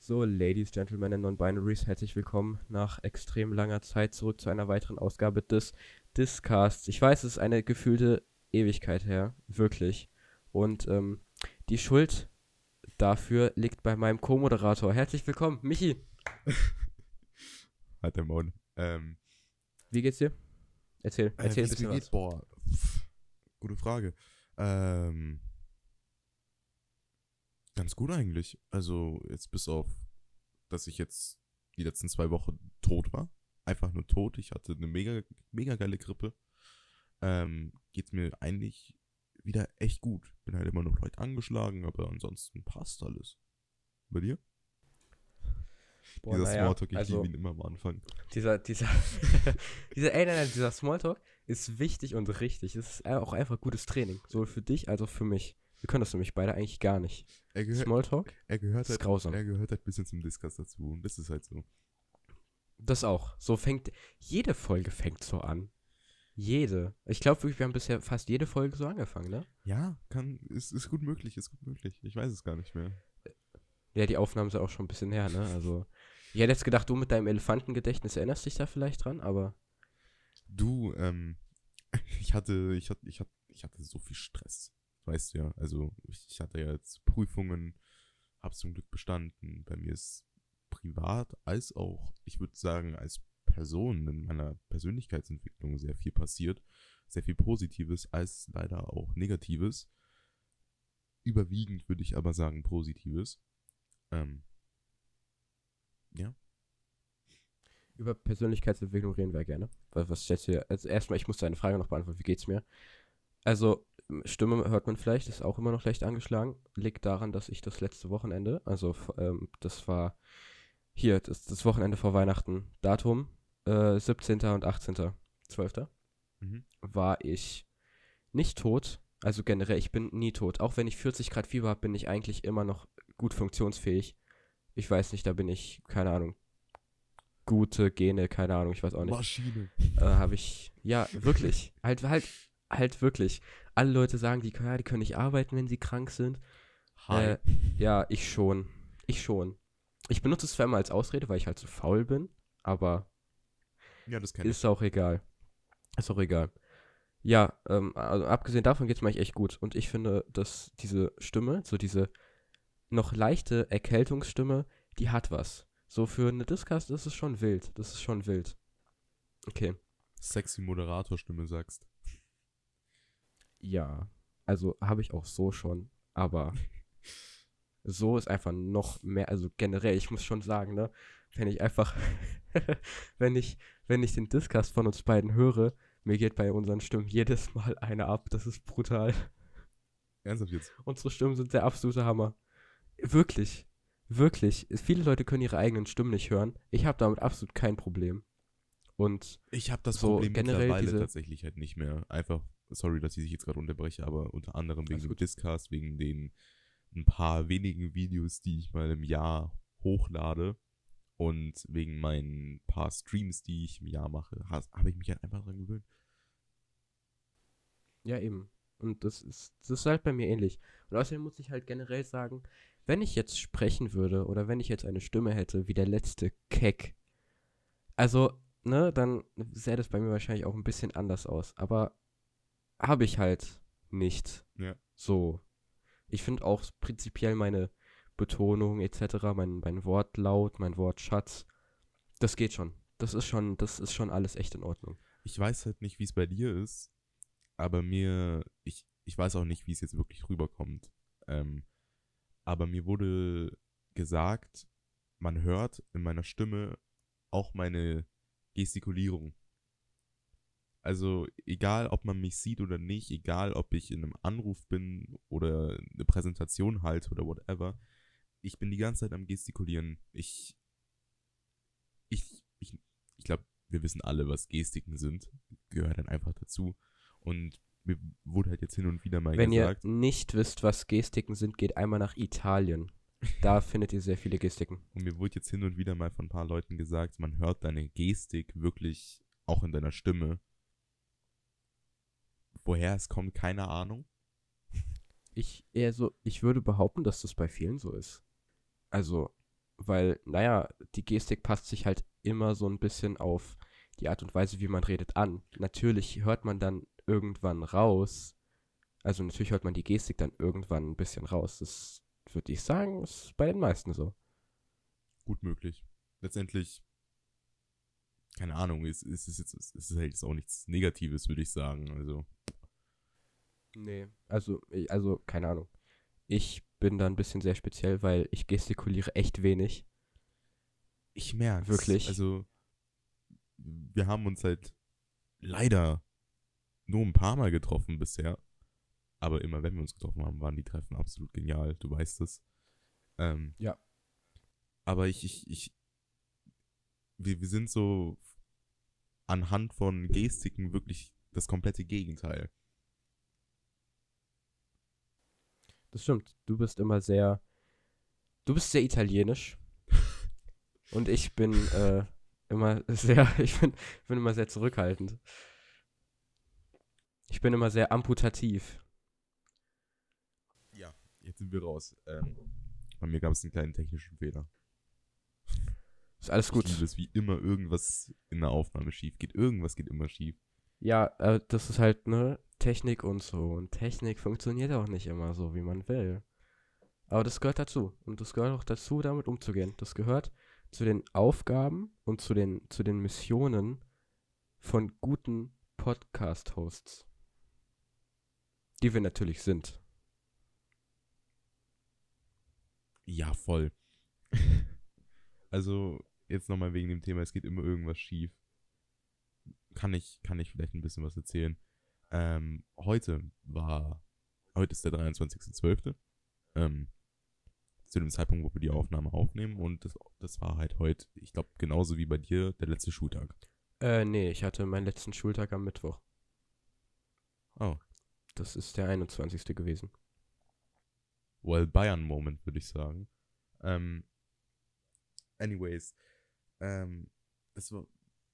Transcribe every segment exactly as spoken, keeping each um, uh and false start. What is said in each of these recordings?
So, Ladies, Gentlemen and Non-Binaries, herzlich willkommen nach extrem langer Zeit zurück zu einer weiteren Ausgabe des Discasts. Ich weiß, es ist eine gefühlte Ewigkeit her, wirklich. Und ähm, die Schuld dafür liegt bei meinem Co-Moderator. Herzlich willkommen, Michi. Halt der Maul. Ähm, Wie geht's dir? Erzähl, äh, erzähl wie ein es mir bisschen geht? was. Boah, pff, gute Frage. Ähm, ganz gut eigentlich. Also jetzt bis auf, dass ich jetzt die letzten zwei Wochen tot war. Einfach nur tot. Ich hatte eine mega, mega geile Grippe. Ähm, geht's mir eigentlich wieder echt gut. Bin halt immer noch leicht angeschlagen, aber ansonsten passt alles. Bei dir? Boah, Dieser naja, Smalltalk, ich liebe also ihn immer am Anfang. dieser, dieser, dieser, ey, nein, nein, dieser Smalltalk ist wichtig und richtig. Es ist auch einfach gutes Training, sowohl für dich als auch für mich. Wir können das nämlich beide eigentlich gar nicht. Er gehört, Smalltalk er gehört ist halt, grausam. er gehört halt ein bisschen zum Discuss dazu. Und das ist halt so. Das auch. So fängt, jede Folge fängt so an. Jede. Ich glaube wirklich, wir haben bisher fast jede Folge so angefangen, ne? Ja, kann, ist, ist gut möglich, ist gut möglich. Ich weiß es gar nicht mehr. Ja, die Aufnahmen sind auch schon ein bisschen her, ne? Also, ich hätte jetzt gedacht, du mit deinem Elefantengedächtnis erinnerst dich da vielleicht dran, aber Du, ähm, ich hatte, ich hatte, ich hatte, ich hatte so viel Stress. Weißt du ja, also ich, ich hatte ja jetzt Prüfungen, hab's zum Glück bestanden. Bei mir ist privat als auch, ich würde sagen, als Person in meiner Persönlichkeitsentwicklung sehr viel passiert. Sehr viel Positives als leider auch Negatives. Überwiegend würde ich aber sagen Positives. Ähm, ja. über Persönlichkeitsentwicklung reden wir gerne. Was, was stellst du dir? Also, erstmal, ich muss deine Frage noch beantworten. Wie geht's mir? Also, Stimme hört man vielleicht, ist auch immer noch leicht angeschlagen. Liegt daran, dass ich das letzte Wochenende, also, f- ähm, das war hier, das, das Wochenende vor Weihnachten, Datum, äh, siebzehnten und achtzehnten zwölften Mhm. war ich nicht tot. Also generell, ich bin nie tot. Auch wenn ich vierzig Grad Fieber habe, bin ich eigentlich immer noch gut funktionsfähig. Ich weiß nicht, da bin ich, keine Ahnung, gute Gene, keine Ahnung, ich weiß auch nicht. Maschine. Äh, habe ich, ja, wirklich, halt, halt, halt wirklich. Alle Leute sagen, die, ja, die können nicht arbeiten, wenn sie krank sind. Hi. Äh, ja, ich schon. Ich schon. Ich benutze es zwar immer als Ausrede, weil ich halt zu faul bin, aber Ja, das kenne ich. ist auch egal. Ist auch egal. Ja, ähm, also abgesehen davon geht es mir eigentlich echt gut. Und ich finde, dass diese Stimme, so diese noch leichte Erkältungsstimme, die hat was. So für eine Discast ist es schon wild. Das ist schon wild. Okay. Sexy Moderatorstimme sagst. Ja. Also habe ich auch so schon. Aber so ist einfach noch mehr. Also generell, ich muss schon sagen, ne, wenn ich einfach, wenn ich, wenn ich den Discast von uns beiden höre, mir geht bei unseren Stimmen jedes Mal eine ab. Das ist brutal. Ernsthaft jetzt? Unsere Stimmen sind der absolute Hammer. Wirklich. Wirklich. Viele Leute können ihre eigenen Stimmen nicht hören. Ich habe damit absolut kein Problem. Und Ich habe das so Problem generell mittlerweile diese. tatsächlich halt nicht mehr. Einfach, sorry, dass ich sich jetzt gerade unterbreche, aber unter anderem wegen Alles dem gut. Discast, wegen den ein paar wenigen Videos, die ich mal im Jahr hochlade und wegen meinen paar Streams, die ich im Jahr mache, habe ich mich halt einfach dran gewöhnt. Ja, eben. Und das ist, das ist halt bei mir ähnlich. Und außerdem muss ich halt generell sagen, wenn ich jetzt sprechen würde oder wenn ich jetzt eine Stimme hätte wie der letzte Keck, also, ne, dann sähe das bei mir wahrscheinlich auch ein bisschen anders aus. Aber habe ich halt nicht Ja. so. Ich finde auch prinzipiell meine Betonung et cetera, mein, mein Wortlaut, mein Wortschatz, das geht schon. Das ist schon, das ist schon alles echt in Ordnung. Ich weiß halt nicht, wie es bei dir ist, aber mir, ich, ich weiß auch nicht, wie es jetzt wirklich rüberkommt. Ähm, aber mir wurde gesagt, man hört in meiner Stimme auch meine Gestikulierung. Also egal, ob man mich sieht oder nicht, egal, ob ich in einem Anruf bin oder eine Präsentation halte oder whatever, ich bin die ganze Zeit am Gestikulieren. Ich, ich, ich, ich glaube, wir wissen alle, was Gestiken sind. Gehört dann einfach dazu. Und mir wurde halt jetzt hin und wieder mal Wenn ihr gesagt, nicht wisst, was Gestiken sind, geht einmal nach Italien. Da findet ihr sehr viele Gestiken. und mir wurde jetzt hin und wieder mal von ein paar Leuten gesagt, man hört deine Gestik wirklich auch in deiner Stimme. Woher es kommt, keine Ahnung. Ich eher so, ich würde behaupten, dass das bei vielen so ist. Also, weil, naja, die Gestik passt sich halt immer so ein bisschen auf die Art und Weise, wie man redet, an. Natürlich hört man dann irgendwann raus, also natürlich hört man die Gestik dann irgendwann ein bisschen raus. Das würde ich sagen, ist bei den meisten so. Gut möglich. Letztendlich, keine Ahnung, ist, ist, ist, jetzt, ist, ist halt jetzt auch nichts Negatives, würde ich sagen. Also, Nee. Also, ich- also, keine Ahnung. Ich bin da ein bisschen sehr speziell, weil ich gestikuliere echt wenig. ich merk's. Wirklich. Also, wir haben uns halt leider nur ein paar Mal getroffen bisher. Aber immer wenn wir uns getroffen haben, waren die Treffen absolut genial. Du weißt es. Ähm, Ja. aber ich, ich, ich, wir, wir sind so anhand von Gestiken wirklich das komplette Gegenteil. Das stimmt. Du bist immer sehr, du bist sehr italienisch und ich bin äh, immer sehr, ich bin, bin immer sehr zurückhaltend. Ich bin immer sehr amputativ. Ja, jetzt sind wir raus. Ähm, bei mir gab es einen kleinen technischen Fehler. Ist alles Ich liebe gut. es, wie immer irgendwas in der Aufnahme schief geht. Irgendwas geht immer schief. Ja, äh, das ist halt, ne, Technik und so. Und Technik funktioniert auch nicht immer so, wie man will. Aber das gehört dazu. Und das gehört auch dazu, damit umzugehen. Das gehört zu den Aufgaben und zu den, zu den Missionen von guten Podcast-Hosts. Die wir natürlich sind. Ja, voll. Also, jetzt nochmal wegen dem Thema, es geht immer irgendwas schief. Kann ich, kann ich vielleicht ein bisschen was erzählen. Ähm, heute war, heute ist der dreiundzwanzigster zwölfte Ähm, zu dem Zeitpunkt, wo wir die Aufnahme aufnehmen. Und das, das war halt heute, ich glaube, genauso wie bei dir, der letzte Schultag. Äh, nee, ich hatte meinen letzten Schultag am Mittwoch. Oh, Das ist der einundzwanzigste gewesen. well, Bayern-Moment, würde ich sagen. Ähm, anyways, ähm, das war,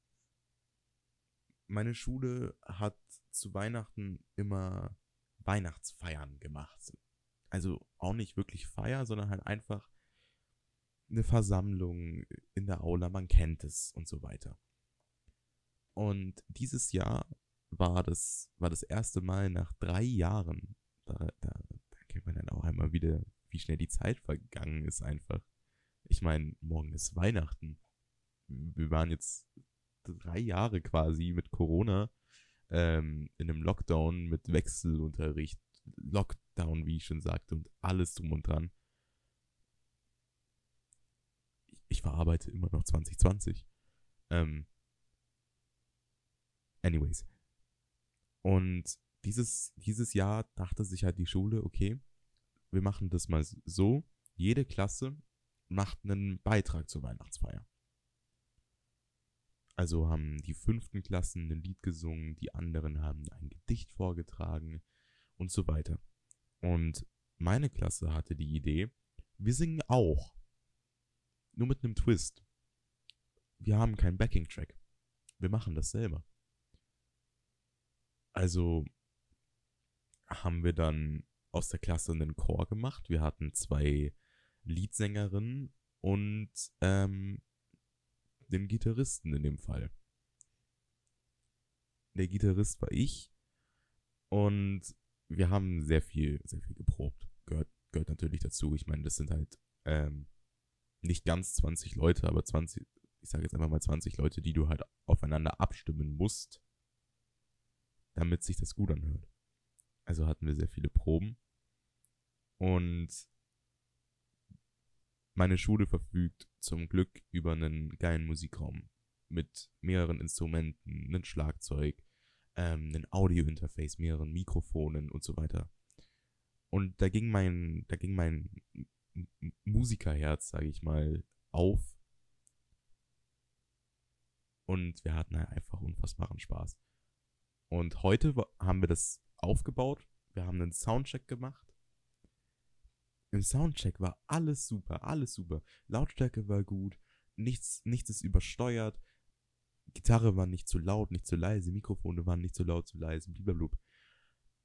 meine Schule hat zu Weihnachten immer Weihnachtsfeiern gemacht. Also auch nicht wirklich Feier, sondern halt einfach eine Versammlung in der Aula, man kennt es und so weiter. Und dieses Jahr war das, war das erste Mal nach drei Jahren, da, da, da kennt man dann auch einmal wieder, wie schnell die Zeit vergangen ist einfach. Ich meine, morgen ist Weihnachten. Wir waren jetzt drei Jahre quasi mit Corona ähm, in einem Lockdown mit Wechselunterricht, Lockdown, wie ich schon sagte, und alles drum und dran. Ich verarbeite immer noch zwanzig zwanzig. Ähm, anyways. Und dieses, dieses Jahr dachte sich halt die Schule, okay, wir machen das mal so, jede Klasse macht einen Beitrag zur Weihnachtsfeier. Also haben die fünften Klassen ein Lied gesungen, die anderen haben ein Gedicht vorgetragen und so weiter. Und meine Klasse hatte die Idee, wir singen auch. Nur mit einem Twist. Wir haben keinen Backing-Track. Wir machen das selber. Also haben wir dann aus der Klasse einen Chor gemacht. Wir hatten zwei Leadsängerinnen und ähm, den Gitarristen in dem Fall. Der Gitarrist war ich und wir haben sehr viel, sehr viel geprobt. Gehört, gehört natürlich dazu. Ich meine, das sind halt ähm, nicht ganz zwanzig Leute, aber zwanzig, ich sage jetzt einfach mal zwanzig Leute, die du halt aufeinander abstimmen musst, damit sich das gut anhört. Also hatten wir sehr viele Proben und meine Schule verfügt zum Glück über einen geilen Musikraum mit mehreren Instrumenten, einem Schlagzeug, ähm, einem Audio-Interface, mehreren Mikrofonen und so weiter. Und da ging mein, da ging mein Musikerherz, sage ich mal, auf. Und wir hatten halt einfach unfassbaren Spaß. Und heute haben wir das aufgebaut. Wir haben einen Soundcheck gemacht. Im Soundcheck war alles super, alles super. Lautstärke war gut, nichts, nichts ist übersteuert. Gitarre war nicht zu laut, nicht zu leise, Mikrofone waren nicht zu laut, zu leise, blablabla.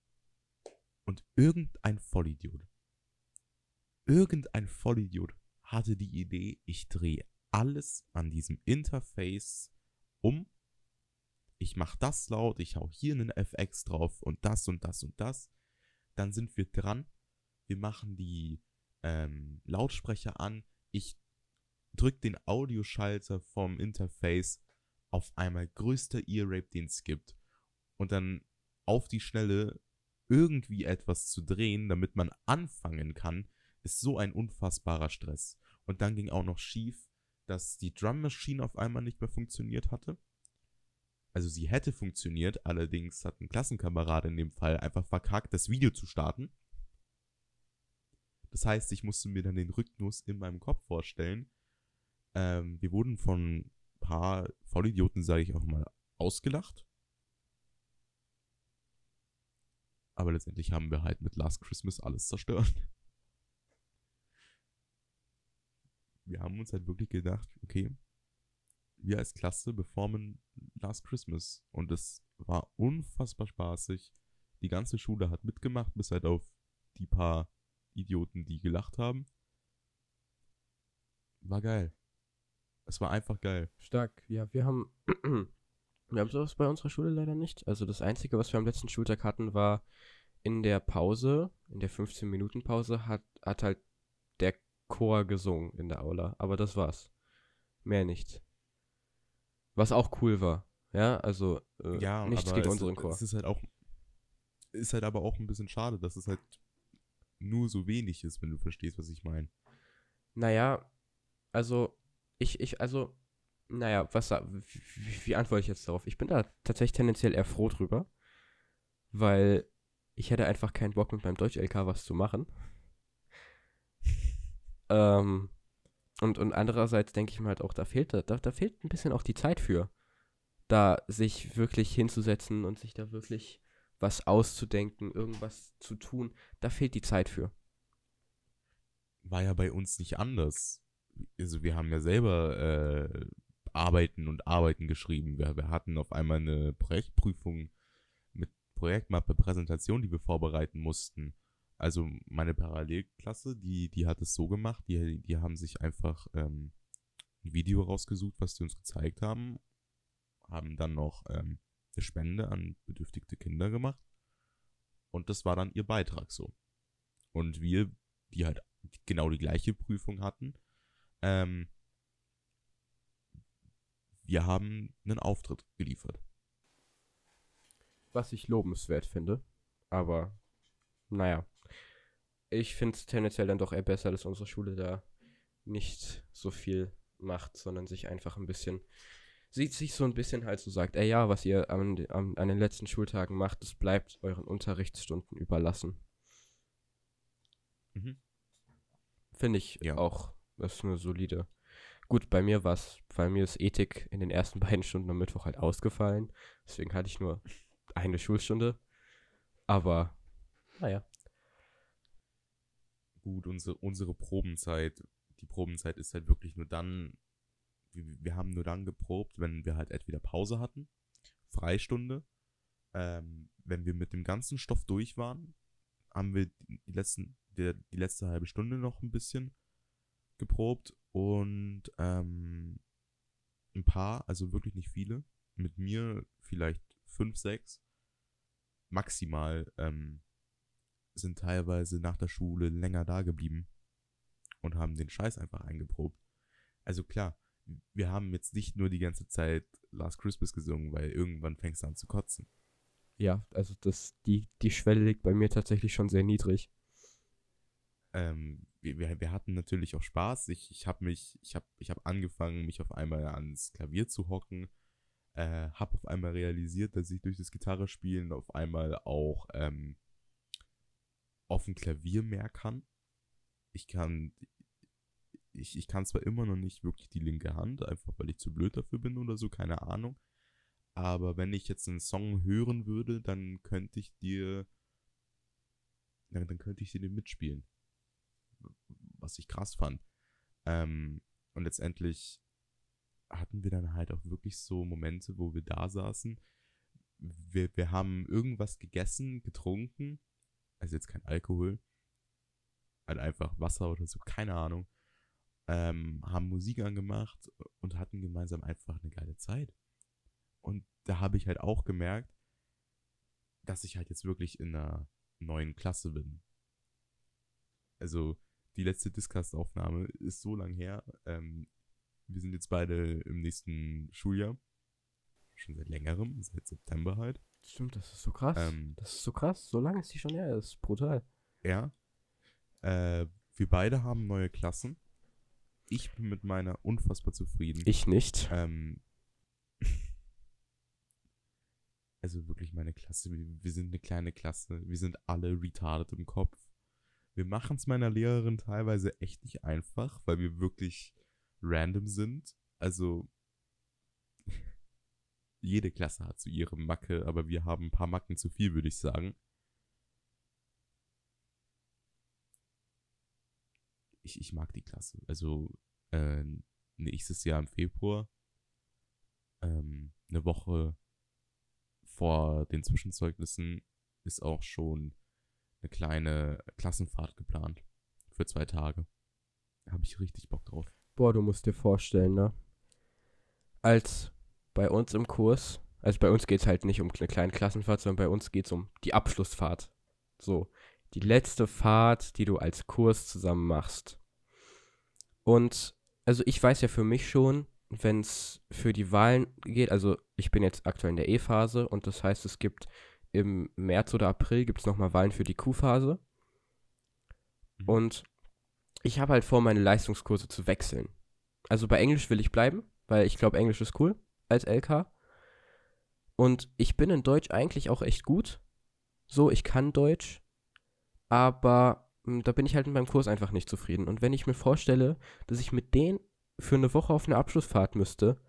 Und irgendein Vollidiot, irgendein Vollidiot hatte die Idee, ich drehe alles an diesem Interface um. Ich mache das laut, ich hau hier einen F X drauf und das und das und das. Dann sind wir dran. Wir machen die ähm, Lautsprecher an. Ich drücke den Audioschalter vom Interface. Auf einmal größter Ear-Rape, den es gibt. Und dann auf die Schnelle irgendwie etwas zu drehen, damit man anfangen kann, ist so ein unfassbarer Stress. Und dann ging auch noch schief, dass die Drum Machine auf einmal nicht mehr funktioniert hatte. Also sie hätte funktioniert, allerdings hat ein Klassenkamerad in dem Fall einfach verkackt, das Video zu starten. Das heißt, ich musste mir dann den Rhythmus in meinem Kopf vorstellen. Ähm, wir wurden von ein paar Vollidioten, sage ich auch mal, ausgelacht. Aber letztendlich haben wir halt mit Last Christmas alles zerstört. Wir haben uns halt wirklich gedacht, okay, wir als Klasse performen Last Christmas. Und es war unfassbar spaßig. Die ganze Schule hat mitgemacht, bis halt auf die paar Idioten, die gelacht haben. War geil. Es war einfach geil. Stark. Ja, wir haben, wir haben sowas bei unserer Schule leider nicht. Also das Einzige, was wir am letzten Schultag hatten, war in der Pause, in der fünfzehn-Minuten-Pause, hat, hat halt der Chor gesungen in der Aula. Aber das war's. Mehr nicht. Was auch cool war. Ja, also äh, Ja, nichts aber gegen es, unseren Chor. es ist halt auch ist halt aber auch ein bisschen schade, dass es halt nur so wenig ist, wenn du verstehst, was ich meine. Naja, also ich, ich, also, naja, was, sa- wie, wie antworte ich jetzt darauf? Ich bin da tatsächlich tendenziell eher froh drüber, weil ich hätte einfach keinen Bock mit meinem Deutsch-L K was zu machen. Ähm, und, und andererseits denke ich mir halt auch, da fehlt, da, da fehlt ein bisschen auch die Zeit für, da sich wirklich hinzusetzen und sich da wirklich was auszudenken, irgendwas zu tun. Da fehlt die Zeit für. War ja bei uns nicht anders. Also wir haben ja selber äh, Arbeiten und Arbeiten geschrieben. Wir, wir hatten auf einmal eine Projektprüfung mit Projektmappe, Präsentation, die wir vorbereiten mussten. Also meine Parallelklasse, die, die hat es so gemacht, die, die haben sich einfach ähm, ein Video rausgesucht, was die uns gezeigt haben, haben dann noch ähm, eine Spende an bedürftigte Kinder gemacht und das war dann ihr Beitrag so. Und wir, die halt genau die gleiche Prüfung hatten, ähm, wir haben einen Auftritt geliefert. Was ich lobenswert finde. Aber, naja. Ich finde es tendenziell dann doch eher besser, dass unsere Schule da nicht so viel macht, sondern sich einfach ein bisschen, sieht sich so ein bisschen halt so sagt, ey ja, was ihr an, an, an den letzten Schultagen macht, das bleibt euren Unterrichtsstunden überlassen. Mhm. Finde ich Ja. auch, das ist eine solide. Gut, bei mir war's, bei mir ist Ethik in den ersten beiden Stunden am Mittwoch halt ausgefallen. Deswegen hatte ich nur eine Schulstunde. Aber, naja. Gut, unsere, unsere Probenzeit, die Probenzeit ist halt wirklich nur dann, wir, wir haben nur dann geprobt, wenn wir halt entweder Pause hatten, Freistunde. Ähm, wenn wir mit dem ganzen Stoff durch waren, haben wir die, letzten, der, die letzte halbe Stunde noch ein bisschen geprobt und ähm, ein paar, also wirklich nicht viele, mit mir vielleicht fünf, sechs, maximal ähm, sind teilweise nach der Schule länger da geblieben und haben den Scheiß einfach eingeprobt. Also klar, wir haben jetzt nicht nur die ganze Zeit Last Christmas gesungen, weil irgendwann fängst du an zu kotzen. Ja, also das, die, die Schwelle liegt bei mir tatsächlich schon sehr niedrig. Ähm, wir, wir, wir hatten natürlich auch Spaß. Ich, ich habe mich, ich habe ich hab angefangen, mich auf einmal ans Klavier zu hocken. Äh, habe auf einmal realisiert, dass ich durch das Gitarrespielen auf einmal auch ähm, auf dem Klavier mehr kann. Ich kann, ich, ich kann zwar immer noch nicht wirklich die linke Hand, einfach weil ich zu blöd dafür bin oder so, keine Ahnung. Aber wenn ich jetzt einen Song hören würde, dann könnte ich dir, dann, dann könnte ich dir den mitspielen. Was ich krass fand. Ähm, und letztendlich hatten wir dann halt auch wirklich so Momente, wo wir da saßen. Wir, wir haben irgendwas gegessen, getrunken. Also jetzt kein Alkohol. Halt einfach Wasser oder so, keine Ahnung. ähm, haben Musik angemacht und hatten gemeinsam einfach eine geile Zeit. Und da habe ich halt auch gemerkt, dass ich halt jetzt wirklich in einer neuen Klasse bin. Also die letzte Discast-Aufnahme ist so lang her. Ähm, wir sind jetzt beide im nächsten Schuljahr. Schon seit längerem, seit September halt. Stimmt, das ist so krass. Ähm, das ist so krass. So lange ist die schon her. Das ist brutal. Ja. Äh, wir beide haben neue Klassen. Ich bin mit meiner unfassbar zufrieden. Ich nicht. Ähm, also wirklich meine Klasse. Wir, wir sind eine kleine Klasse. Wir sind alle retarded im Kopf. Wir machen es meiner Lehrerin teilweise echt nicht einfach, weil wir wirklich random sind. Also jede Klasse hat so ihre Macke, aber wir haben ein paar Macken zu viel, würde ich sagen. Ich, ich mag die Klasse. Also äh, nächstes Jahr im Februar, ähm, eine Woche vor den Zwischenzeugnissen, ist auch schon eine kleine Klassenfahrt geplant. Für zwei Tage. Da habe ich richtig Bock drauf. Boah, du musst dir vorstellen, ne? Als bei uns im Kurs, also bei uns geht es halt nicht um eine kleine Klassenfahrt, sondern bei uns geht es um die Abschlussfahrt. So, die letzte Fahrt, die du als Kurs zusammen machst. Und, also ich weiß ja für mich schon, wenn es für die Wahlen geht, also ich bin jetzt aktuell in der E-Phase und das heißt, es gibt im März oder April gibt es nochmal Wahlen für die Q-Phase. Mhm. Und ich habe halt vor, meine Leistungskurse zu wechseln. Also bei Englisch will ich bleiben, weil ich glaube, Englisch ist cool als L K. Und ich bin in Deutsch eigentlich auch echt gut. So, ich kann Deutsch. Aber mh, da bin ich halt mit meinem Kurs einfach nicht zufrieden. Und wenn ich mir vorstelle, dass ich mit denen für eine Woche auf eine Abschlussfahrt müsste,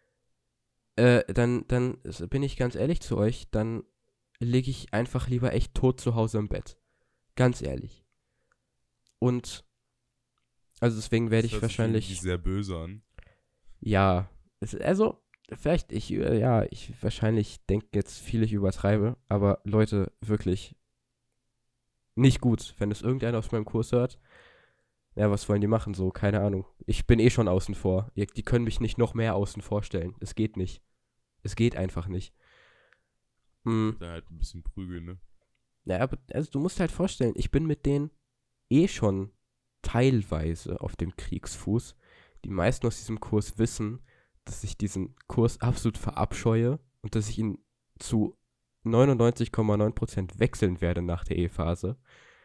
äh, dann, dann bin ich ganz ehrlich zu euch, dann lege ich einfach lieber echt tot zu Hause im Bett. Ganz ehrlich. Und also deswegen werde Das ich hört sich wahrscheinlich, irgendwie sehr böse an. ja, es, also vielleicht, ich, äh, ja, ich wahrscheinlich denke jetzt viel, ich übertreibe, aber Leute, wirklich nicht gut, wenn es irgendeiner aus meinem Kurs hört. Ja, was wollen die machen? So, keine Ahnung. Ich bin eh schon außen vor. Ihr- Die können mich nicht noch mehr außen vorstellen. Es geht nicht. Es geht einfach nicht. Hm. Da halt ein bisschen prügeln, ne? Naja, aber also du musst halt vorstellen, ich bin mit denen eh schon teilweise auf dem Kriegsfuß. Die meisten aus diesem Kurs wissen, dass ich diesen Kurs absolut verabscheue und dass ich ihn zu neunundneunzig Komma neun Prozent wechseln werde nach der E-Phase.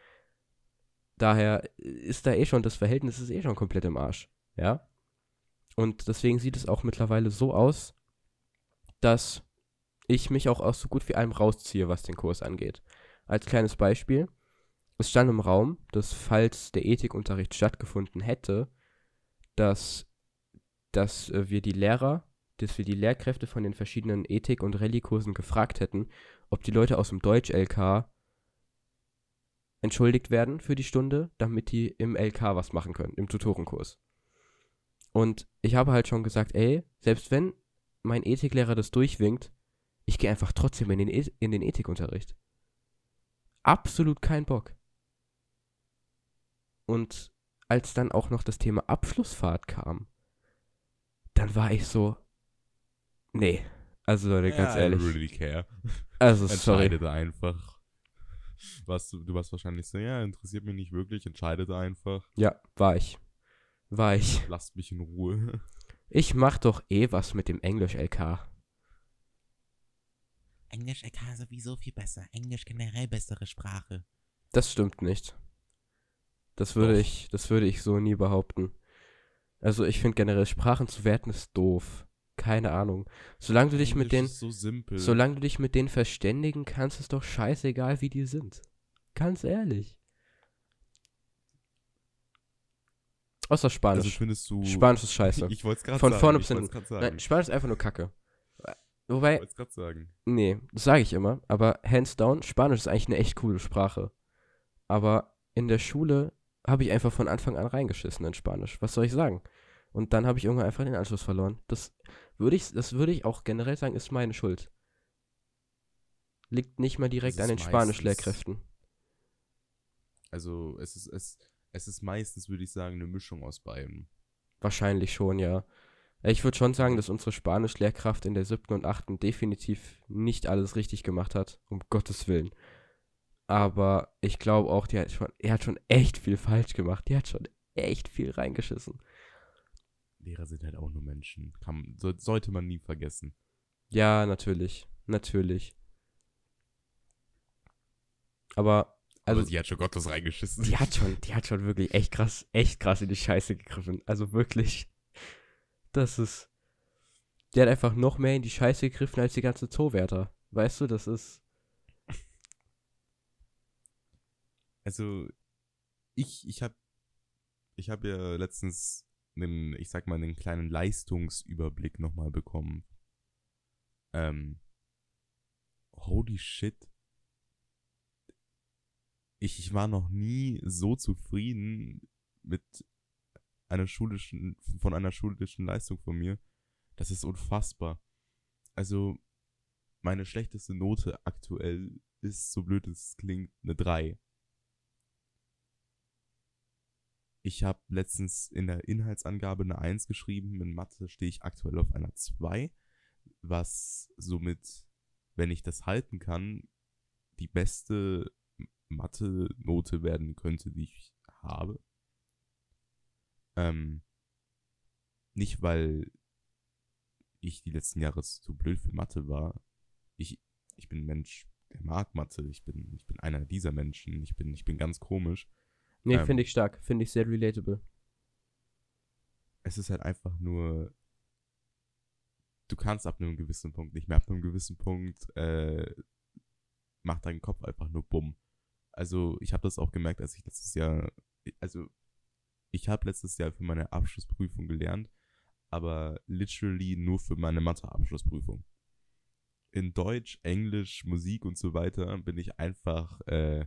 Daher ist da eh schon, das Verhältnis ist eh schon komplett im Arsch. Ja? Und deswegen sieht es auch mittlerweile so aus, dass ich mich auch aus so gut wie allem rausziehe, was den Kurs angeht. Als kleines Beispiel, es stand im Raum, dass falls der Ethikunterricht stattgefunden hätte, dass, dass äh, wir die Lehrer, dass wir die Lehrkräfte von den verschiedenen Ethik- und Rallye-Kursen gefragt hätten, ob die Leute aus dem Deutsch-L K entschuldigt werden für die Stunde, damit die im L K was machen können, im Tutorenkurs. Und ich habe halt schon gesagt, ey, selbst wenn mein Ethiklehrer das durchwinkt, ich gehe einfach trotzdem in den, e- in den Ethikunterricht. Absolut kein Bock. Und als dann auch noch das Thema Abschlussfahrt kam, dann war ich so, nee, also Leute, ganz Ja, I ehrlich, don't really care. also sorry. Entscheidet einfach. Was, du du warst wahrscheinlich so, ja, interessiert mich nicht wirklich, entscheidet einfach. Ja, war ich. War ich. Lasst mich in Ruhe. Ich mach doch eh was mit dem Englisch-L K. Englisch L K sowieso viel besser. Englisch generell bessere Sprache. Das stimmt nicht. Das würde Doch. ich, das würde ich so nie behaupten. Also ich finde generell Sprachen zu werten ist doof. Keine Ahnung. Solange du dich mit Englisch denen, ist so simpel. solange du dich mit denen verständigen kannst, ist doch scheißegal, wie die sind. Ganz ehrlich. Außer Spanisch. Also findest du... Spanisch ist scheiße. Ich wollte es gerade Von sagen. vorne ich bis wollte hinten. es gerade Nein, sagen. Spanisch ist einfach nur Kacke. Ich Wobei, wollte es gerade sagen. nee, das sage ich immer, aber hands down, Spanisch ist eigentlich eine echt coole Sprache. Aber in der Schule habe ich einfach von Anfang an reingeschissen in Spanisch. Was soll ich sagen? Und dann habe ich irgendwann einfach den Anschluss verloren. Das würde ich, das würde ich auch generell sagen, ist meine Schuld. Liegt nicht mal direkt Das an ist den meistens- Spanischlehrkräften. Also es ist, es, es ist meistens, würde ich sagen, eine Mischung aus beiden. Wahrscheinlich schon, ja. Ich würde schon sagen, dass unsere Spanischlehrkraft in der siebten und achten definitiv nicht alles richtig gemacht hat, um Gottes Willen. Aber ich glaube auch, die hat schon, er hat schon echt viel falsch gemacht. Die hat schon echt viel reingeschissen. Lehrer sind halt auch nur Menschen. Kann, so, sollte man nie vergessen. Ja, natürlich. Natürlich. Aber, also, Aber sie hat schon Gottes reingeschissen. die hat schon, die hat schon wirklich echt krass, echt krass in die Scheiße gegriffen. Also wirklich. Das ist. Die hat einfach noch mehr in die Scheiße gegriffen als die ganze Zoowärter. Weißt du, das ist. Also, ich, ich habe ich hab ja letztens einen, ich sag mal, einen kleinen Leistungsüberblick nochmal bekommen. Ähm, holy shit. Ich, ich war noch nie so zufrieden mit einer schulischen, von einer schulischen Leistung von mir. Das ist unfassbar. Also, meine schlechteste Note aktuell ist, so blöd es klingt, eine drei. Ich habe letztens in der Inhaltsangabe eine eins geschrieben. In Mathe stehe ich aktuell auf einer zwei, was somit, wenn ich das halten kann, die beste Mathe-Note werden könnte, die ich habe. Ähm, nicht, weil ich die letzten Jahre zu blöd für Mathe war. Ich, ich bin ein Mensch, der mag Mathe. Ich bin, ich bin einer dieser Menschen. Ich bin, ich bin ganz komisch. Nee, Ähm, finde ich stark. Finde ich sehr relatable. Es ist halt einfach nur, du kannst ab einem gewissen Punkt nicht mehr. Ab einem gewissen Punkt äh, macht dein Kopf einfach nur bumm. Also ich habe das auch gemerkt, als ich letztes Jahr, also ich habe letztes Jahr für meine Abschlussprüfung gelernt, aber literally nur für meine Mathe-Abschlussprüfung. In Deutsch, Englisch, Musik und so weiter bin ich einfach äh,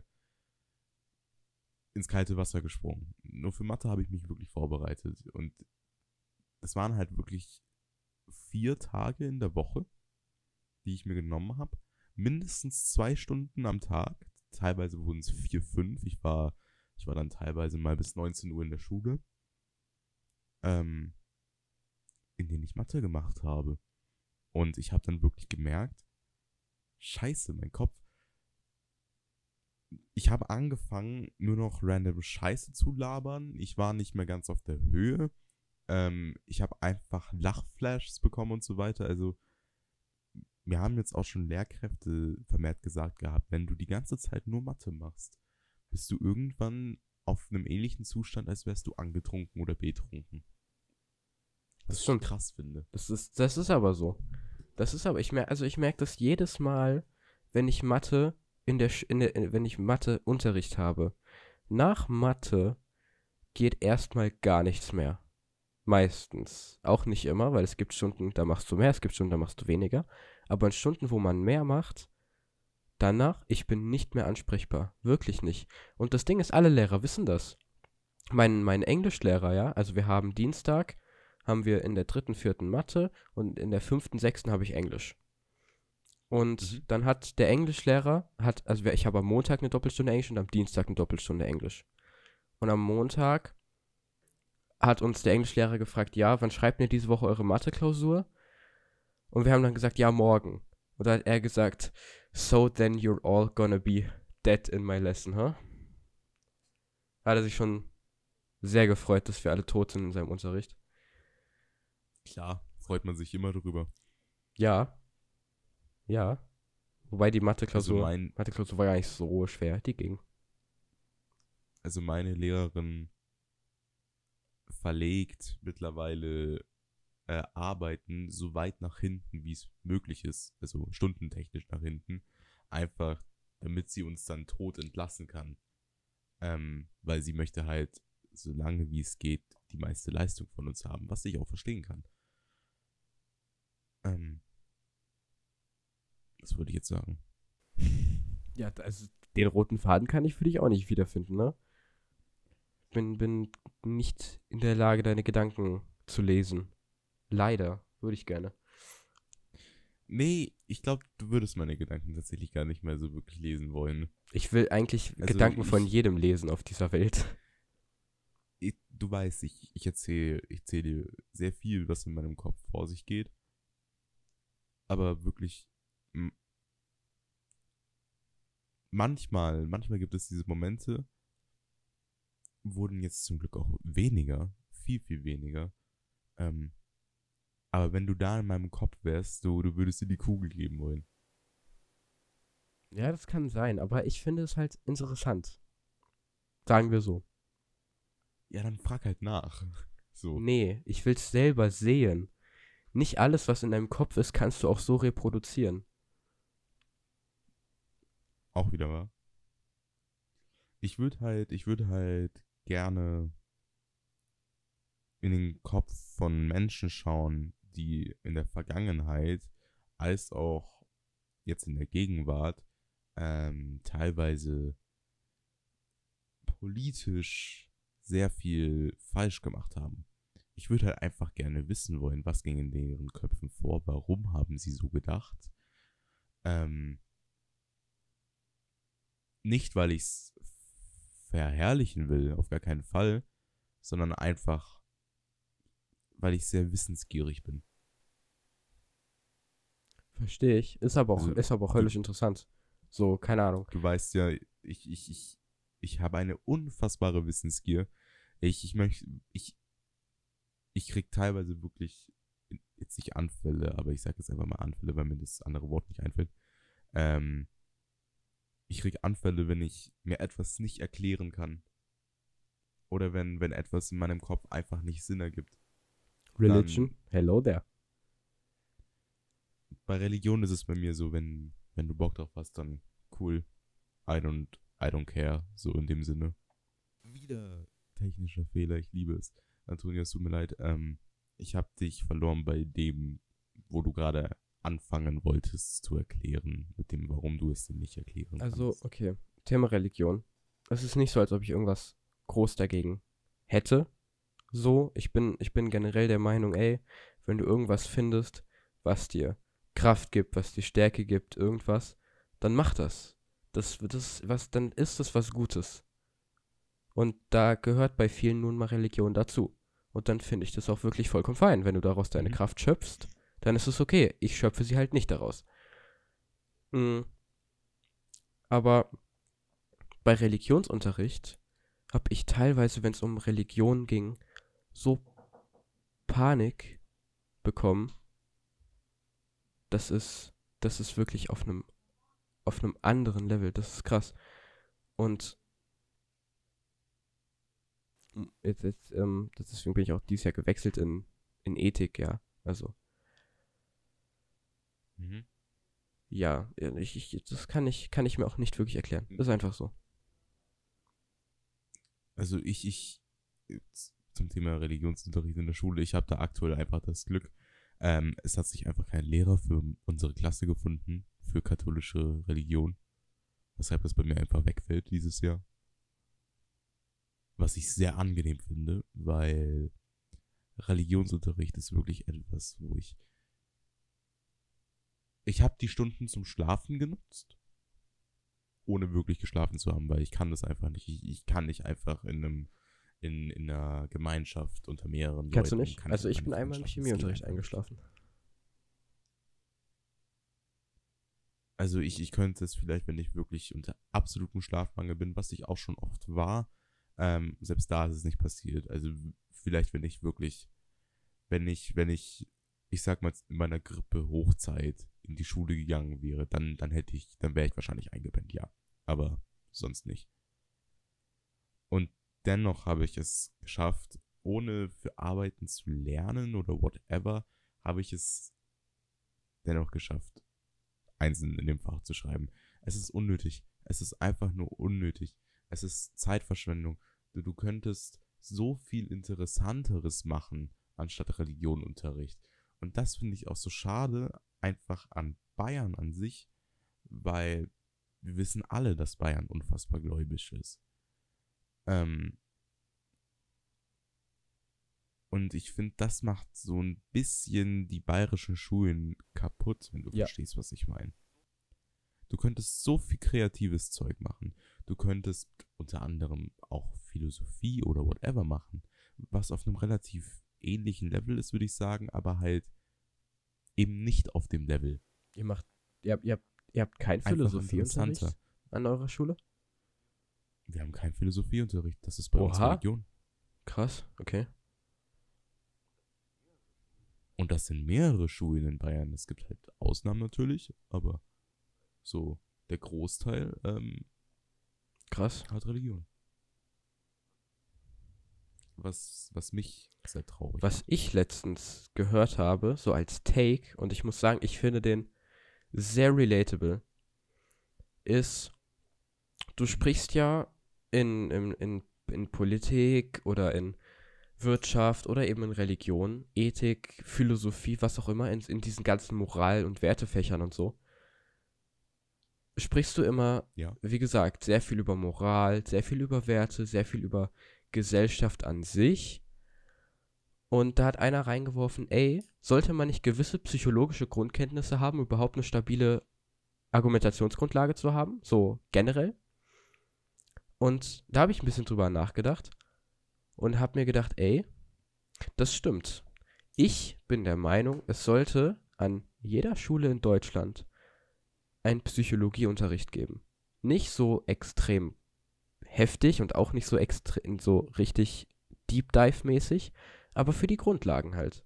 ins kalte Wasser gesprungen. Nur für Mathe habe ich mich wirklich vorbereitet. Und es waren halt wirklich vier Tage in der Woche, die ich mir genommen habe. Mindestens zwei Stunden am Tag. Teilweise wurden es vier, fünf. Ich war, ich war dann teilweise mal bis neunzehn Uhr in der Schule. Ähm, in denen ich Mathe gemacht habe. Und ich habe dann wirklich gemerkt, scheiße, mein Kopf. Ich habe angefangen, nur noch random Scheiße zu labern. Ich war nicht mehr ganz auf der Höhe. Ähm, ich habe einfach Lachflashs bekommen und so weiter. Also, mir haben jetzt auch schon Lehrkräfte vermehrt gesagt gehabt, wenn du die ganze Zeit nur Mathe machst, bist du irgendwann auf einem ähnlichen Zustand, als wärst du angetrunken oder betrunken. Was Das ich stimmt. krass finde. Das ist, das ist aber so. Das ist aber, ich merke, also ich merke das jedes Mal, wenn ich Mathe in der, Sch- in der, in- wenn ich Mathe-Unterricht habe. Nach Mathe geht erstmal gar nichts mehr. Meistens. Auch nicht immer, weil es gibt Stunden, da machst du mehr, es gibt Stunden, da machst du weniger. Aber in Stunden, wo man mehr macht, danach, ich bin nicht mehr ansprechbar. Wirklich nicht. Und das Ding ist, alle Lehrer wissen das. Mein, mein Englischlehrer, ja, also wir haben Dienstag, haben wir in der dritten, vierten Mathe und in der fünften, sechsten habe ich Englisch. Und Mhm. dann hat der Englischlehrer, hat, also wir- ich habe am Montag eine Doppelstunde Englisch und am Dienstag eine Doppelstunde Englisch. Und am Montag hat uns der Englischlehrer gefragt, ja, wann schreibt ihr diese Woche eure Mathe-Klausur? Und wir haben dann gesagt, ja, morgen. Und da hat er gesagt, so then you're all gonna be dead in my lesson, huh? Da hat er sich schon sehr gefreut, dass wir alle tot sind in seinem Unterricht. Klar, freut man sich immer drüber. Ja. Ja. Wobei die Mathe-Klausur, Also mein, Mathe-Klausur war ja nicht so schwer, die ging. also meine Lehrerin verlegt mittlerweile äh, Arbeiten so weit nach hinten, wie es möglich ist, also stundentechnisch nach hinten, einfach damit sie uns dann tot entlassen kann. Ähm, weil sie möchte halt, so lange wie es geht, die meiste Leistung von uns haben, was ich auch verstehen kann. Ähm, das würde ich jetzt sagen. Ja, also den roten Faden kann ich für dich auch nicht wiederfinden, ne? Bin, bin nicht in der Lage, deine Gedanken zu lesen. Leider. Würde ich gerne. Nee, ich glaube, du würdest meine Gedanken tatsächlich gar nicht mehr so wirklich lesen wollen. Ich will eigentlich Also Gedanken von ich- jedem lesen auf dieser Welt. Ich, du weißt, ich, ich erzähle ich erzähl dir sehr viel, was in meinem Kopf vor sich geht. Aber wirklich, m- manchmal, manchmal gibt es diese Momente, wurden jetzt zum Glück auch weniger, viel, viel weniger. Ähm, aber wenn du da in meinem Kopf wärst, du, du würdest dir die Kugel geben wollen. Ja, das kann sein, aber ich finde es halt interessant. Sagen wir so. Ja, dann frag halt nach. So, Nee, ich will's selber sehen. Nicht alles, was in deinem Kopf ist, kannst du auch so reproduzieren. auch wieder wahr. Ich würde halt, ich würde halt gerne in den Kopf von Menschen schauen, die in der Vergangenheit als auch jetzt in der Gegenwart ähm, teilweise politisch sehr viel falsch gemacht haben. Ich würde halt einfach gerne wissen wollen, was ging in deren Köpfen vor, warum haben sie so gedacht. Ähm, nicht, weil ich es verherrlichen will, auf gar keinen Fall, sondern einfach, weil ich sehr wissensgierig bin. Verstehe ich. Ist aber auch, Also, ist aber auch du, höllisch interessant. So, keine Ahnung. du weißt ja, ich, ich, ich, ich habe eine unfassbare Wissensgier. Ich, ich möchte, ich, ich krieg teilweise wirklich, jetzt nicht Anfälle, aber ich sage jetzt einfach mal Anfälle, weil mir das andere Wort nicht einfällt. Ähm, ich krieg Anfälle, wenn ich mir etwas nicht erklären kann. Oder wenn, wenn etwas in meinem Kopf einfach nicht Sinn ergibt. Religion, hello there. Bei Religion ist es bei mir so, wenn, wenn du Bock drauf hast, dann cool. I don't, I don't care, so in dem Sinne. Wieder technischer Fehler, ich liebe es. Antonia, es tut mir leid. Ähm, ich habe dich verloren bei dem, wo du gerade anfangen wolltest zu erklären, mit dem, warum du es dir nicht erklären Also, kannst. okay. Thema Religion. Es ist nicht so, als ob ich irgendwas groß dagegen hätte. So, ich bin, ich bin generell der Meinung, ey, wenn du irgendwas findest, was dir Kraft gibt, was dir Stärke gibt, irgendwas, dann mach das. Das, das, was, dann ist es was Gutes. Und da gehört bei vielen nun mal Religion dazu. Und dann finde ich das auch wirklich vollkommen fein. Wenn du daraus deine Mhm. Kraft schöpfst, dann ist es okay. Ich schöpfe sie halt nicht daraus. Mm, aber bei Religionsunterricht habe ich teilweise, wenn es um Religion ging, so Panik bekommen. Das ist, das ist wirklich auf einem, auf einem anderen Level. Das ist krass. Und mm, jetzt, jetzt, ähm, das- deswegen bin ich auch dieses Jahr gewechselt in, in Ethik, ja. Also, Mhm. ja, ich, ich, das kann ich, kann ich mir auch nicht wirklich erklären. Das ist einfach so. Also ich, ich, jetzt zum Thema Religionsunterricht in der Schule, ich habe da aktuell einfach das Glück, ähm, es hat sich einfach kein Lehrer für unsere Klasse gefunden, für katholische Religion, weshalb das bei mir einfach wegfällt dieses Jahr. Was ich sehr angenehm finde, weil Religionsunterricht ist wirklich etwas, wo ich, ich habe die Stunden zum Schlafen genutzt, ohne wirklich geschlafen zu haben, weil ich kann das einfach nicht. Ich, ich kann nicht einfach in einem in, in einer Gemeinschaft unter mehreren Kannst du Leuten. nicht? Kann Also ich einfach bin nicht einmal im einschlafen. Das geht Chemieunterricht einfach nicht. eingeschlafen. Also ich, ich könnte es vielleicht, wenn ich wirklich unter absolutem Schlafmangel bin, was ich auch schon oft war, ähm, selbst da ist es nicht passiert. Also vielleicht, wenn ich wirklich, wenn ich, wenn ich, ich sag mal, in meiner Grippe Hochzeit in die Schule gegangen wäre, dann, dann hätte ich, dann wäre ich wahrscheinlich eingepennt, ja. Aber sonst nicht. Und dennoch habe ich es geschafft, ohne für Arbeiten zu lernen oder whatever, habe ich es dennoch geschafft, Einsen in dem Fach zu schreiben. Es ist unnötig. Es ist einfach nur unnötig. Es ist Zeitverschwendung. Du, du könntest so viel Interessanteres machen, anstatt Religionunterricht. Und das finde ich auch so schade, einfach an Bayern an sich, weil wir wissen alle, dass Bayern unfassbar gläubig ist. Ähm, und ich finde, das macht so ein bisschen die bayerischen Schulen kaputt, wenn du Ja. verstehst, was ich meine. Du könntest so viel kreatives Zeug machen. Du könntest unter anderem auch Philosophie oder whatever machen, was auf einem relativ ähnlichen Level ist, würde ich sagen, aber halt eben nicht auf dem Level. Ihr macht, ihr habt, ihr habt, ihr habt keinen Einfach Philosophieunterricht interessanter. an eurer Schule? Wir haben keinen Philosophieunterricht, das ist bei uns Oha. Religion. Krass, okay. Und das sind mehrere Schulen in Bayern. Es gibt halt Ausnahmen natürlich, aber so der Großteil ähm, Krass. hat Religion. Was, was mich sehr traurig Was macht. ich letztens gehört habe, so als Take, und ich muss sagen, ich finde den sehr relatable, ist, du sprichst ja in, in, in, in Politik oder in Wirtschaft oder eben in Religion, Ethik, Philosophie, was auch immer, in, in diesen ganzen Moral- und Wertefächern und so, sprichst du immer, Ja. wie gesagt, sehr viel über Moral, sehr viel über Werte, sehr viel über Gesellschaft an sich. Und da hat einer reingeworfen, ey, sollte man nicht gewisse psychologische Grundkenntnisse haben, um überhaupt eine stabile Argumentationsgrundlage zu haben, so generell? Und da habe ich ein bisschen drüber nachgedacht und habe mir gedacht, ey, das stimmt. Ich bin der Meinung, es sollte an jeder Schule in Deutschland einen Psychologieunterricht geben. Nicht so extrem heftig und auch nicht so extrem, so richtig Deep Dive mäßig, aber für die Grundlagen halt.